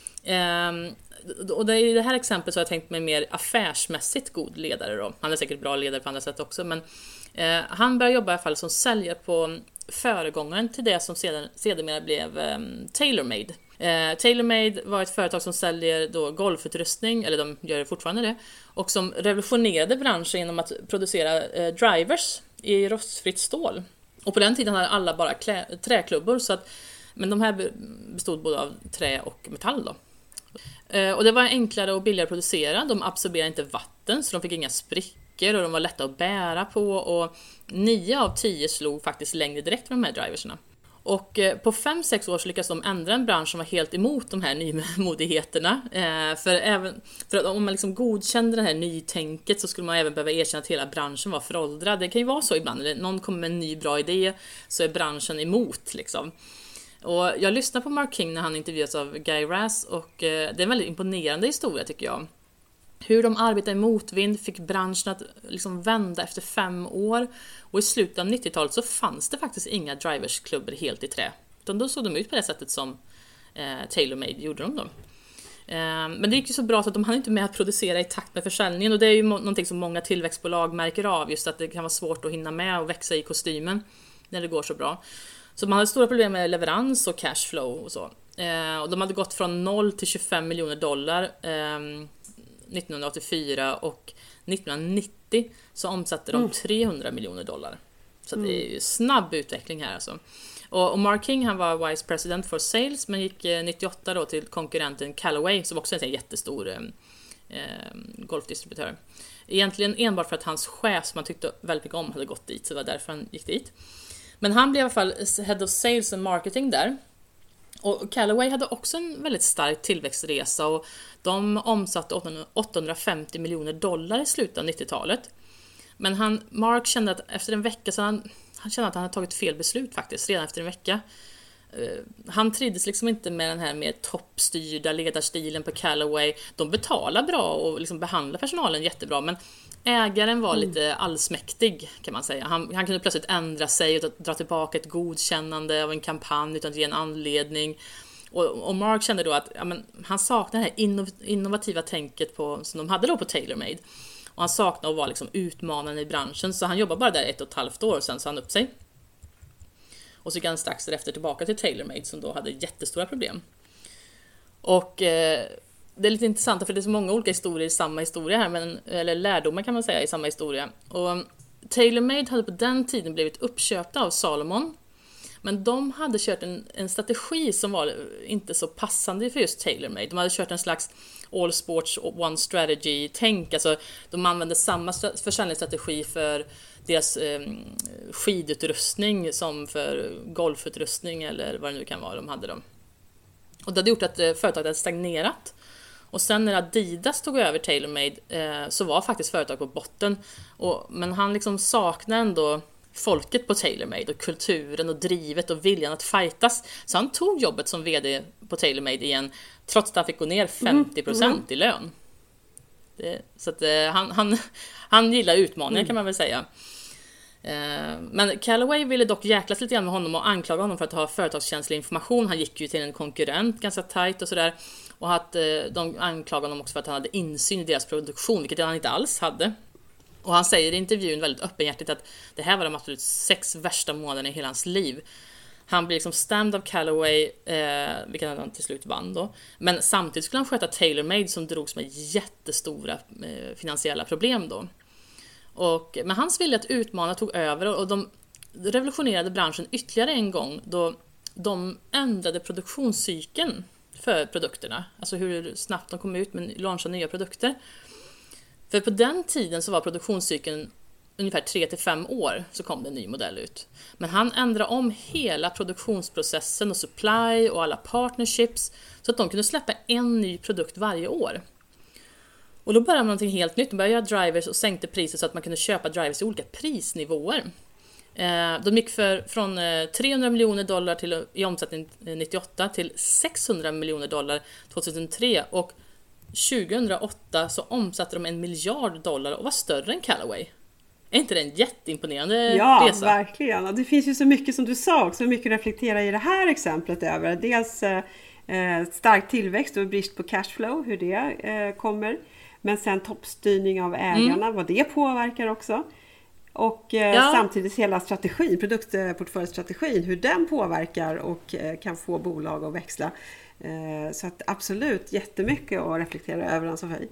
S1: Ehm, och det, i det här exemplet så har jag tänkt mig mer affärsmässigt god ledare då. Han är säkert bra ledare på andra sätt också, men eh, han började jobba i alla fall som säljare på föregångaren till det som sedan, sedermera blev eh, TaylorMade. Eh, TaylorMade var ett företag som säljer då golfutrustning, eller de gör fortfarande det, och som revolutionerade branschen genom att producera eh, drivers i rostfritt stål. Och på den tiden hade alla bara klä, träklubbor, så att, men de här bestod både av trä och metall då. Eh, och det var enklare och billigare att producera, de absorberade inte vatten så de fick inga sprickor och de var lätta att bära på, och nio av tio slog faktiskt längre direkt med de här driverserna. Och eh, på fem sex år så lyckades de ändra en bransch som var helt emot de här nymodigheterna. Eh, för, även, för att om man liksom godkände det här nytänket så skulle man även behöva erkänna att hela branschen var föråldrad. Det kan ju vara så ibland, när någon kommer med en ny bra idé så är branschen emot liksom. Och jag lyssnade på Mark King när han intervjuas av Guy Raz, och eh, det är en väldigt imponerande historia tycker jag. Hur de arbetade i motvind, fick branschen att liksom vända efter fem år. Och i slutet av nittiotalet så fanns det faktiskt inga driversklubbor helt i trä. Utan då såg de ut på det sättet som eh, TaylorMade gjorde de då. Eh, men det gick ju så bra så att de hann inte med att producera i takt med försäljningen. Och det är ju må- någonting som många tillväxtbolag märker av. Just att det kan vara svårt att hinna med och växa i kostymen när det går så bra. Så man hade stora problem med leverans och cashflow och så. Eh, och de hade gått från noll till tjugofem miljoner dollar eh, nittonhundraåttiofyra, och nittonhundranittio så omsatte de trehundra miljoner dollar. Så mm. det är ju snabb utveckling här alltså. Och, och Mark King, han var Vice President for Sales, men gick eh, nittioåtta då till konkurrenten Callaway som också är en jättestor eh, eh, golfdistributör. Egentligen enbart för att hans chef som man tyckte väldigt mycket om hade gått dit, så det var därför han gick dit. Men han blev i alla fall Head of Sales and Marketing där. Och Callaway hade också en väldigt stark tillväxtresa, och de omsatte åttahundrafemtio miljoner dollar i slutet av nittiotalet. Men han, Mark kände att efter en vecka så han, han kände att han hade tagit fel beslut faktiskt, redan efter en vecka. Uh, han trivdes liksom inte med den här mer toppstyrda ledarstilen på Callaway. De betalar bra och liksom behandlar personalen jättebra, men ägaren var mm. lite allsmäktig kan man säga. Han, han kunde plötsligt ändra sig och dra tillbaka ett godkännande av en kampanj utan att ge en anledning. Och, och Mark kände då att ja, men, han saknade det här innov, innovativa tänket på, som de hade då på TaylorMade. Och han saknade att vara liksom utmanande i branschen, så han jobbade bara där ett och ett halvt år och sen sa han upp sig. Och så gick han strax därefter tillbaka till TaylorMade som då hade jättestora problem. Och eh, det är lite intressant för det är så många olika historier i samma historia här, men, eller lärdomar kan man säga i samma historia. Och TaylorMade hade på den tiden blivit uppköpta av Salomon. Men de hade kört en, en strategi som var inte så passande för just TaylorMade. De hade kört en slags all sports one strategy tänk. Alltså, de använde samma försäljningsstrategi för deras eh, skidutrustning som för golfutrustning eller vad det nu kan vara de hade. Dem. Och det hade gjort att eh, företaget hade stagnerat. Och sen när Adidas tog över TaylorMade eh, så var faktiskt företaget på botten. Och, men han liksom saknade ändå folket på TaylorMade och kulturen och drivet och viljan att fightas. Så han tog jobbet som vd på TaylorMade igen trots att han fick gå ner femtio procent mm. i lön. Det, så att, eh, han, han, han gillar utmaningar mm. kan man väl säga. Eh, men Callaway ville dock jäklas lite grann med honom och anklaga honom för att ha företagskänslig information. Han gick ju till en konkurrent ganska tajt och sådär. Och att eh, de anklagade honom också för att han hade insyn i deras produktion, vilket han inte alls hade. Och han säger i intervjun väldigt öppenhjärtigt att det här var de absolut sex värsta månaderna i hela hans liv. Han blir liksom stämd av Callaway, eh, vilket han till slut vann då. Men samtidigt skulle han sköta TaylorMade som drogs med jättestora eh, finansiella problem då. Och, men hans vilja att utmana tog över och de revolutionerade branschen ytterligare en gång då de ändrade produktionscykeln för produkterna. Alltså hur snabbt de kom ut med launcha nya produkter. För på den tiden så var produktionscykeln ungefär tre till fem år så kom det en ny modell ut. Men han ändrade om hela produktionsprocessen och supply och alla partnerships så att de kunde släppa en ny produkt varje år. Och då började man någonting helt nytt. De började göra drivers och sänkte priset så att man kunde köpa drivers i olika prisnivåer. De gick för, från trehundra miljoner dollar till, i omsättning nittioåtta till sexhundra miljoner dollar tjugohundratre och tjugohundraåtta så omsatte de en miljard dollar och var större än Callaway. Är inte det en jätteimponerande
S2: ja,
S1: resa?
S2: Ja, verkligen. Och det finns ju så mycket som du sa också, mycket att reflektera i det här exemplet över. Dels eh, stark tillväxt och brist på cashflow, hur det eh, kommer. Men sen toppstyrning av ägarna, mm. vad det påverkar också. Och eh, ja. samtidigt hela strategin, produktportföljstrategin, hur den påverkar och eh, kan få bolag att växla. Eh, så att absolut jättemycket att reflektera över den Sofie.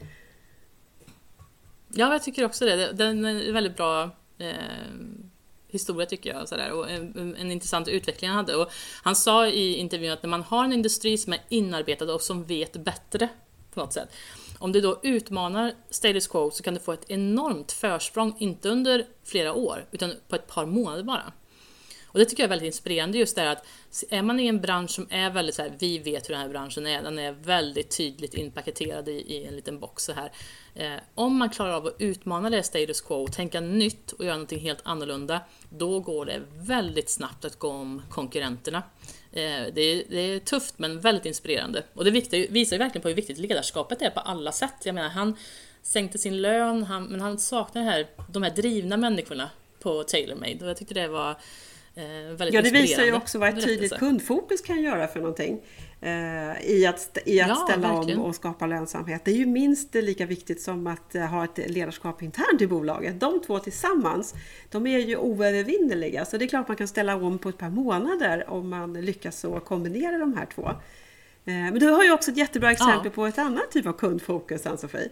S1: Ja, jag tycker också det. Den är en väldigt bra eh, historia tycker jag. Sådär. Och en, en intressant utveckling han hade. Och han sa i intervjun att när man har en industri som är inarbetad och som vet bättre på något sätt. Om du då utmanar status quo så kan du få ett enormt försprång, inte under flera år utan på ett par månader bara. Och det tycker jag är väldigt inspirerande just det att är man i en bransch som är väldigt så här, vi vet hur den här branschen är, den är väldigt tydligt inpaketerad i, i en liten box så här. Eh, om man klarar av att utmana det status quo, tänka nytt och göra någonting helt annorlunda, då går det väldigt snabbt att gå om konkurrenterna. Eh, det, är, det är tufft men väldigt inspirerande. Och det viktiga, visar ju verkligen på hur viktigt ledarskapet är på alla sätt. Jag menar, han sänkte sin lön, han, men han saknar här, de här drivna människorna på TaylorMade. Och jag tyckte det var Eh,
S2: ja, det visar ju också vad ett tydligt kundfokus kan göra för någonting eh, i att, i att ja, ställa verkligen. om och skapa lönsamhet. Det är ju minst lika viktigt som att eh, ha ett ledarskap internt i bolaget. De två tillsammans, de är ju oövervinnerliga. Så det är klart man kan ställa om på ett par månader om man lyckas så kombinera de här två. Eh, men du har ju också ett jättebra exempel ja. på ett annat typ av kundfokus, Ann-Sofie.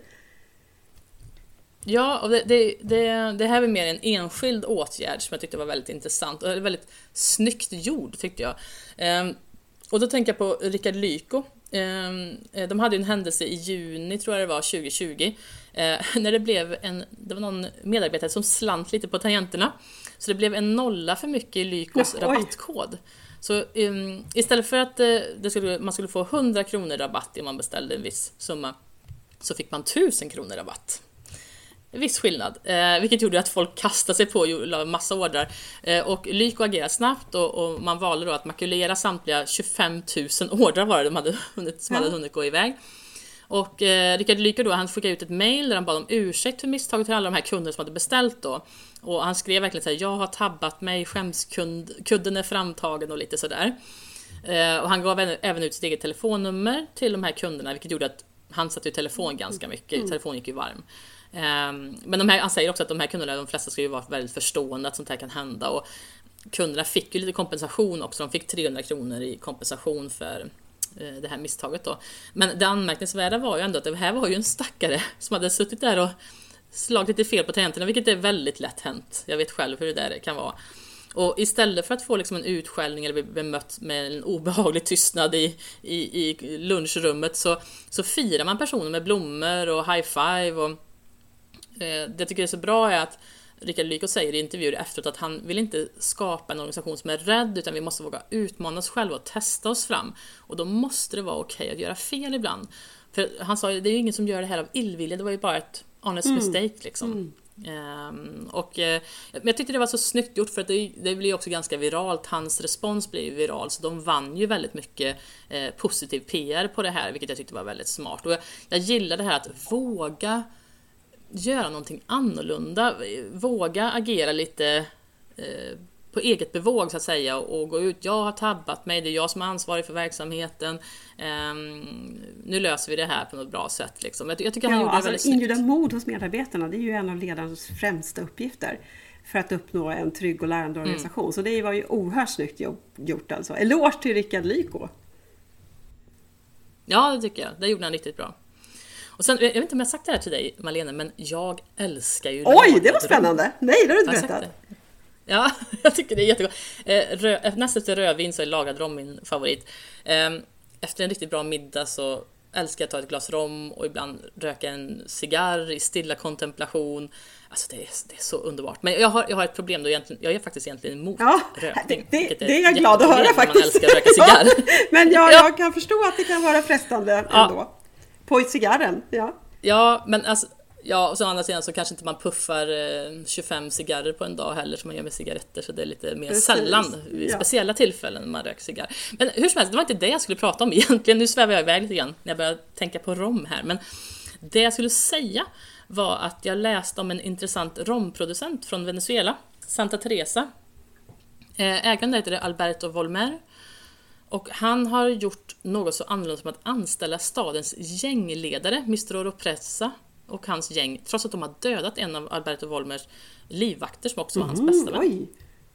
S1: Ja, och det, det, det, det här är mer en enskild åtgärd som jag tyckte var väldigt intressant och väldigt snyggt gjord tyckte jag. Ehm, och då tänker jag på Rickard Lyko. Ehm, de hade en händelse i juni tror jag det var tjugohundratjugo ehm, när det blev en, det var någon medarbetare som slant lite på tangenterna så det blev en nolla för mycket i Lykos ja, rabattkod. Så um, istället för att uh, det skulle, man skulle få hundra kronor rabatt om man beställde en viss summa så fick man tusen kronor rabatt. Viss skillnad, eh, vilket gjorde att folk kastade sig på och la en massa ordrar. Eh, och Lyko agerade snabbt och, och man valde då att makulera samtliga tjugofem tusen ordrar var det de hade hunnit, som hade hunnit gå iväg. Och eh, Rickard Lyko då, han skickade ut ett mejl där han bad om ursäkt för misstaget till alla de här kunderna som hade beställt då. Och han skrev verkligen så här: jag har tabbat mig, skämskudden är framtagen och lite sådär. Eh, och han gav även ut sitt eget telefonnummer till de här kunderna, vilket gjorde att han satt i telefon ganska mycket, mm. telefonen gick ju varm. Um, men de här, han säger också att de här kunderna, de flesta ska ju vara väldigt förstående att sånt här kan hända och kunderna fick ju lite kompensation också. De fick trehundra kronor i kompensation för eh, det här misstaget då. Men det anmärkningsvärda var ju ändå att det här var ju en stackare som hade suttit där och slagit lite fel på tangenterna, vilket är väldigt lätt hänt. Jag vet själv hur det där kan vara. Och istället för att få liksom en utskällning eller bli bemött med en obehaglig tystnad i, i, i lunchrummet så, så firar man personen med blommor och high five. Och, eh, det jag tycker är så bra är att Rickard Lyko säger i intervjuer efteråt att han vill inte skapa en organisation som är rädd, utan vi måste våga utmana oss själva och testa oss fram. Och då måste det vara okej att göra fel ibland. För han sa att det är ju ingen som gör det här av illvilja, det var ju bara ett honest mm. mistake liksom. Mm. Um, och uh, men jag tyckte det var så snyggt gjort, för att det, det blir också ganska viralt. Hans respons blev viral, så de vann ju väldigt mycket uh, positiv P R på det här, vilket jag tyckte var väldigt smart. Och jag, jag gillar det här att våga göra någonting annorlunda, våga agera lite uh, på eget bevåg så att säga, och, och gå ut. Jag har tabbat mig, det är jag som är ansvarig för verksamheten. Um, nu löser vi det här på något bra sätt liksom. Jag, jag tycker han
S2: ja,
S1: gjorde det
S2: alltså,
S1: väldigt
S2: inbjuda mod hos medarbetarna, det är ju en av ledarens främsta uppgifter för att uppnå en trygg och lärande organisation. Mm. Så det var ju oerhört snyggt gjort alltså. Eloge till Rickard Lyko.
S1: Ja, det tycker jag. Det gjorde han riktigt bra. Och sen, jag vet inte om jag har sagt det här till dig, Malene, men jag älskar ju...
S2: Oj, det var spännande! Nej, det har du inte berättat.
S1: Ja, jag tycker det är jättegott. Rö- näst efter rödvin så är lagad rom min favorit. Efter en riktigt bra middag så älskar jag att ta ett glas rom och ibland röka en cigarr i stilla kontemplation. Alltså det är, det är så underbart. Men jag har, jag har ett problem då egentligen. Jag är faktiskt egentligen emot
S2: ja,
S1: rökning.
S2: Det, det, det är jag glad att höra faktiskt.
S1: Man älskar att röka cigarr.
S2: Men jag, jag kan förstå att det kan vara frestande ändå. Ja. På cigarren, ja.
S1: Ja, men alltså... Ja, och så å andra sidan så kanske inte man puffar eh, tjugofem cigarrer på en dag heller som man gör med cigaretter, så det är lite mer Precis. sällan vid ja. speciella tillfällen man röker cigarr. Men hur som helst, det var inte det jag skulle prata om egentligen. Nu svävar jag iväg lite grann när jag börjar tänka på rom här. Men det jag skulle säga var att jag läste om en intressant romproducent från Venezuela, Santa Teresa. Ägaren heter Alberto Volmer. Och han har gjort något så annorlunda som att anställa stadens gängledare, mister Oropesa, och hans gäng, trots att de har dödat en av Alberto Volmers livvakter som också var hans bästa vän. Oj.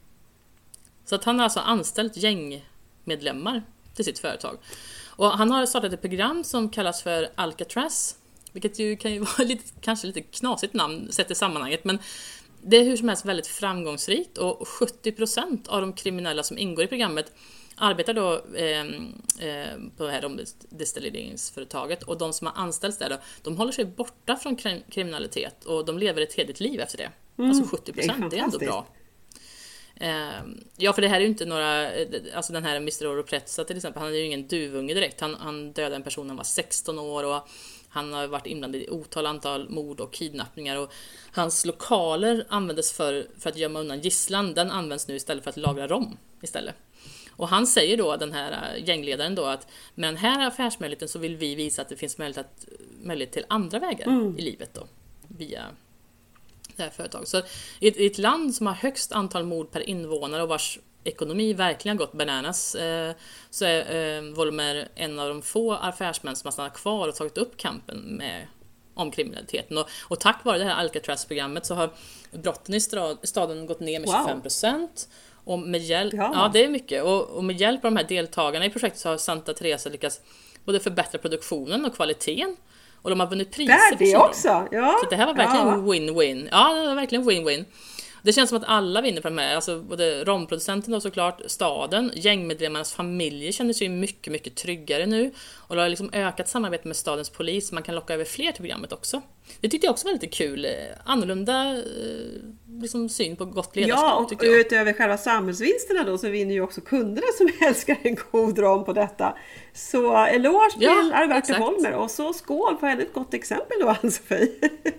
S1: Så att han har alltså anställt gängmedlemmar till sitt företag. Och han har startat ett program som kallas för Alcatraz, vilket ju kan ju vara lite, kanske lite knasigt namn sett i sammanhanget, men det är hur som helst väldigt framgångsrikt, och sjuttio procent av de kriminella som ingår i programmet arbetar då eh, eh, på det här omdestilleringsföretaget, och de som har anställts där då, de håller sig borta från krim- kriminalitet och de lever ett heligt liv efter det. Mm, alltså sjuttio procent, det är, det är ändå bra. Eh, ja, för det här är ju inte några, alltså den här mister Oropesa till exempel, han är ju ingen duvunge direkt. Han, han dödade en person när han var sexton år och han har varit inblandad i otal antal mord och kidnappningar, och hans lokaler användes för, för att gömma undan gisslan. Den används nu istället för att lagra rom istället. Och han säger då, den här gängledaren då, att med den här affärsmöjligheten så vill vi visa att det finns möjlighet, att, möjlighet till andra vägar mm. i livet då, via det här företaget. Så i ett, i ett land som har högst antal mord per invånare och vars ekonomi verkligen har gått bananas, eh, så är eh, Volmer en av de få affärsmän som har stannat kvar och tagit upp kampen med om kriminaliteten. Och, och tack vare det här Alcatraz-programmet så har brotten i staden gått ner med wow. tjugofem procent. Och med hjälp, ja. ja, det är mycket. Och, och med hjälp av de här deltagarna i projektet så har Santa Teresa lyckats både förbättra produktionen och kvaliteten. Och de har vunnit priser.
S2: Det är det också, ja.
S1: Så det här var verkligen ja. win-win. Ja, det var verkligen win-win. Det känns som att alla vinner på de här. Alltså både romproducenten och såklart staden, gängmedlemmarnas familjer känner sig mycket, mycket tryggare nu. Och det har liksom ökat samarbete med stadens polis. Man kan locka över fler till programmet också. Det tyckte jag också var lite kul. Annorlunda liksom, syn på gott ledarskap.
S2: Ja, och
S1: jag.
S2: utöver själva samhällsvinsterna då så vinner ju också kunderna som älskar en god rom på detta. Så eloge till ja, Alberto Volmer, och så skål på ett gott exempel då, Ann-Sofie.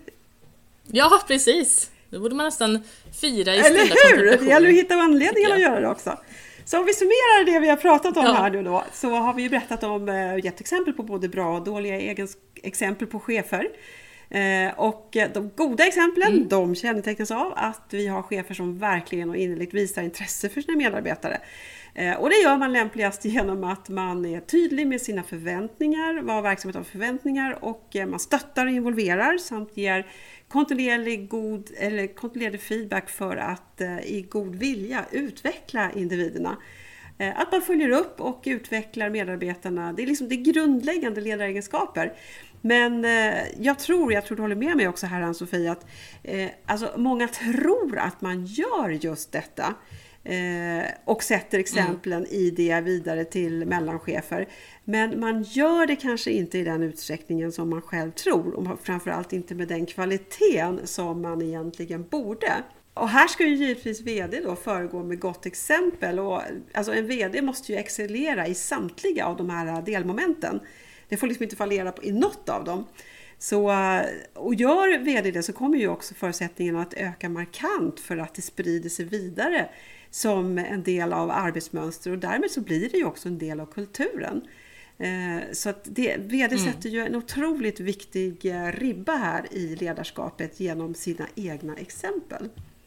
S1: Ja, precis. Då borde man nästan fira i
S2: Eller hur? Det gäller att hitta anledningar att göra det också. Så om vi summerar det vi har pratat om ja. här nu då, så har vi ju berättat om, gett exempel på både bra och dåliga egens, exempel på chefer. Eh, och de goda exemplen, mm. de kännetecknas av att vi har chefer som verkligen och innerligt visar intresse för sina medarbetare. Och det gör man lämpligast genom att man är tydlig med sina förväntningar, vad verksamheten har för förväntningar, och man stöttar och involverar samt ger kontinuerlig, god, eller kontinuerlig feedback för att i god vilja utveckla individerna. Att man följer upp och utvecklar medarbetarna, det är liksom det grundläggande ledaregenskaper. Men eh, jag tror, jag tror du håller med mig också här, Ann-Sofie, att eh, alltså, många tror att man gör just detta eh, och sätter exemplen mm. i det vidare till mellanchefer. Men man gör det kanske inte i den utsträckningen som man själv tror, och framförallt inte med den kvaliteten som man egentligen borde. Och här ska ju givetvis vd då föregå med gott exempel. Och, alltså en vd måste ju excellera i samtliga av de här delmomenten. Det får liksom inte fallera i något av dem. Så, och gör vd det, så kommer ju också förutsättningen att öka markant för att det sprider sig vidare som en del av arbetsmönster. Och därmed så blir det ju också en del av kulturen. Så att det, vd mm. sätter ju en otroligt viktig ribba här i ledarskapet genom sina egna exempel.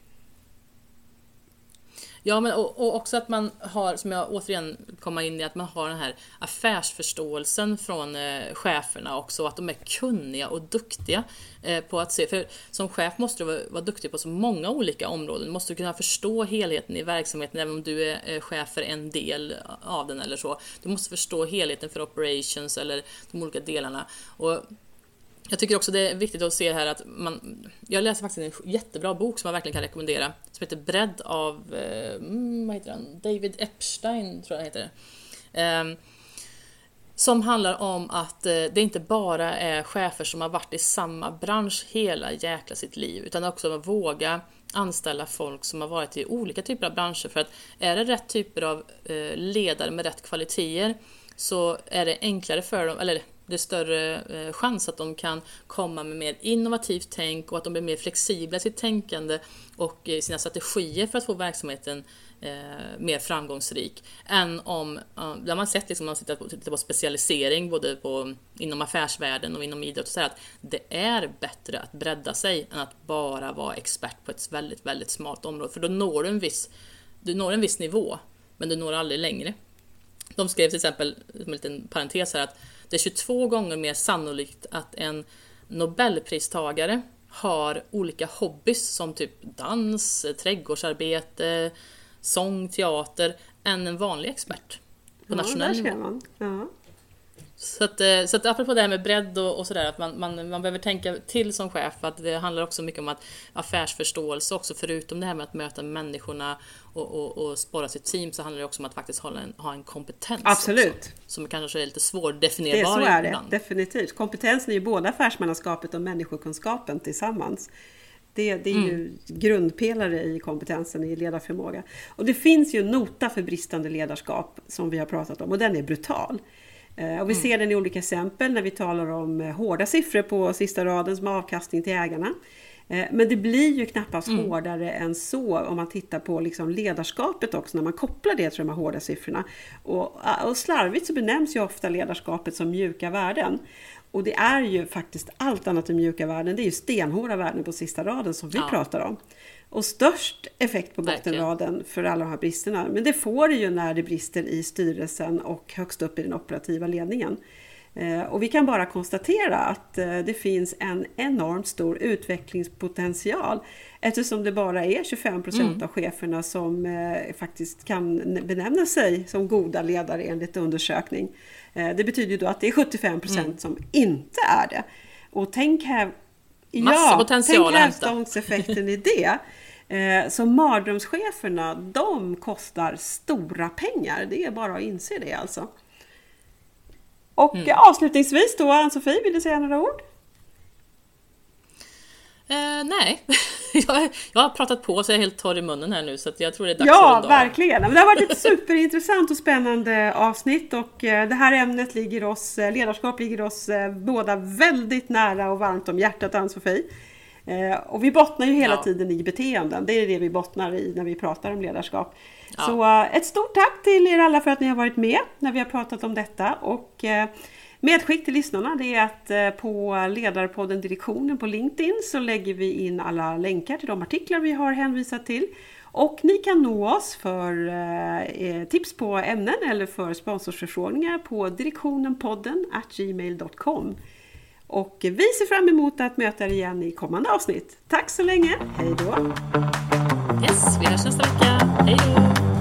S1: Ja, men och, och också att man har, som jag återigen kommer in i, att man har den här affärsförståelsen från eh, cheferna också, att de är kunniga och duktiga eh, på att se, för som chef måste du vara, vara duktig på så många olika områden, du måste kunna förstå helheten i verksamheten, även om du är eh, chef för en del av den eller så. Du måste förstå helheten för operations eller de olika delarna. Och jag tycker också det är viktigt att se här att man, jag läser faktiskt en jättebra bok som jag verkligen kan rekommendera, som heter Bredd av eh, vad heter han? David Epstein tror jag heter det. Eh, som handlar om att eh, det inte bara är chefer som har varit i samma bransch hela jäkla sitt liv, utan också att våga anställa folk som har varit i olika typer av branscher, för att är det rätt typer av eh, ledare med rätt kvaliteter, så är det enklare för dem, eller det är större eh, chans att de kan komma med mer innovativt tänk, och att de blir mer flexibla i sitt tänkande och i sina strategier för att få verksamheten eh, mer framgångsrik, än om, eh, där man sett liksom, man sitter på, tittar på specialisering både på, inom affärsvärlden och inom idrott, och så här, att det är bättre att bredda sig än att bara vara expert på ett väldigt, väldigt smalt område, för då når du en viss, du når en viss nivå, men du når aldrig längre. De skrev till exempel, som en liten parentes här, att det är tjugotvå gånger mer sannolikt att en Nobelpristagare har olika hobbys som typ dans, trädgårdsarbete, sång, teater, än en vanlig expert på
S2: ja,
S1: nationell nivå.
S2: Man. Ja.
S1: Så att, så att apropå det här med bredd och, och sådär, att man, man, man behöver tänka till som chef, att det handlar också mycket om att affärsförståelse också, förutom det här med att möta människorna och, och, och spåra sitt team, så handlar det också om att faktiskt hålla en, ha en kompetens.
S2: Absolut.
S1: Också, som kanske är lite svårdefinierbar.
S2: Det är så är det,
S1: ibland.
S2: Definitivt. Kompetensen är ju både affärsmannaskapet och människokunskapen tillsammans. Det, det är mm. ju grundpelare i kompetensen i ledarförmåga. Och det finns ju en nota för bristande ledarskap som vi har pratat om, och den är brutal. Och vi ser den i olika exempel när vi talar om hårda siffror på sista raden som avkastning till ägarna. Men det blir ju knappast mm. hårdare än så om man tittar på liksom ledarskapet också, när man kopplar det till de här hårda siffrorna. Och, och slarvigt så benämns ju ofta ledarskapet som mjuka värden. Och det är ju faktiskt allt annat än mjuka värden. Det är ju stenhårda värden på sista raden som vi ja. pratar om. Och störst effekt på bottenraden för alla de här bristerna. Men det får det ju när det brister i styrelsen och högst upp i den operativa ledningen. Och vi kan bara konstatera att det finns en enormt stor utvecklingspotential, eftersom det bara är tjugofem procent mm. av cheferna som faktiskt kan benämna sig som goda ledare enligt undersökning. Det betyder ju då att det är sjuttiofem procent mm. som inte är det. Och tänk här, ja, tänk hävstångseffekten i det. Så mardrömscheferna, de kostar stora pengar. Det är bara att inse det alltså. Och mm. avslutningsvis då, Ann-Sofie, vill du säga några ord?
S1: Eh, nej, jag, jag har pratat på så jag är helt torr i munnen här nu, så att jag tror det är dags
S2: ja,
S1: att
S2: Ja, verkligen. Men det har varit ett superintressant och spännande avsnitt, och det här ämnet ligger oss, ledarskap ligger oss båda väldigt nära och varmt om hjärtat, Ann-Sofie. Och vi bottnar ju hela ja. tiden i beteenden, det är det vi bottnar i när vi pratar om ledarskap. Ja. Så ett stort tack till er alla för att ni har varit med när vi har pratat om detta, och medskick till lyssnarna, det är att på Ledarpodden Direktionen på LinkedIn så lägger vi in alla länkar till de artiklar vi har hänvisat till. Och ni kan nå oss för eh, tips på ämnen eller för sponsorsförfrågningar på direktionenpodden at gmail dot com. Och vi ser fram emot att möta er igen i kommande avsnitt. Tack så länge, hej då!
S1: Yes, vi hörs nästa vecka, hej då!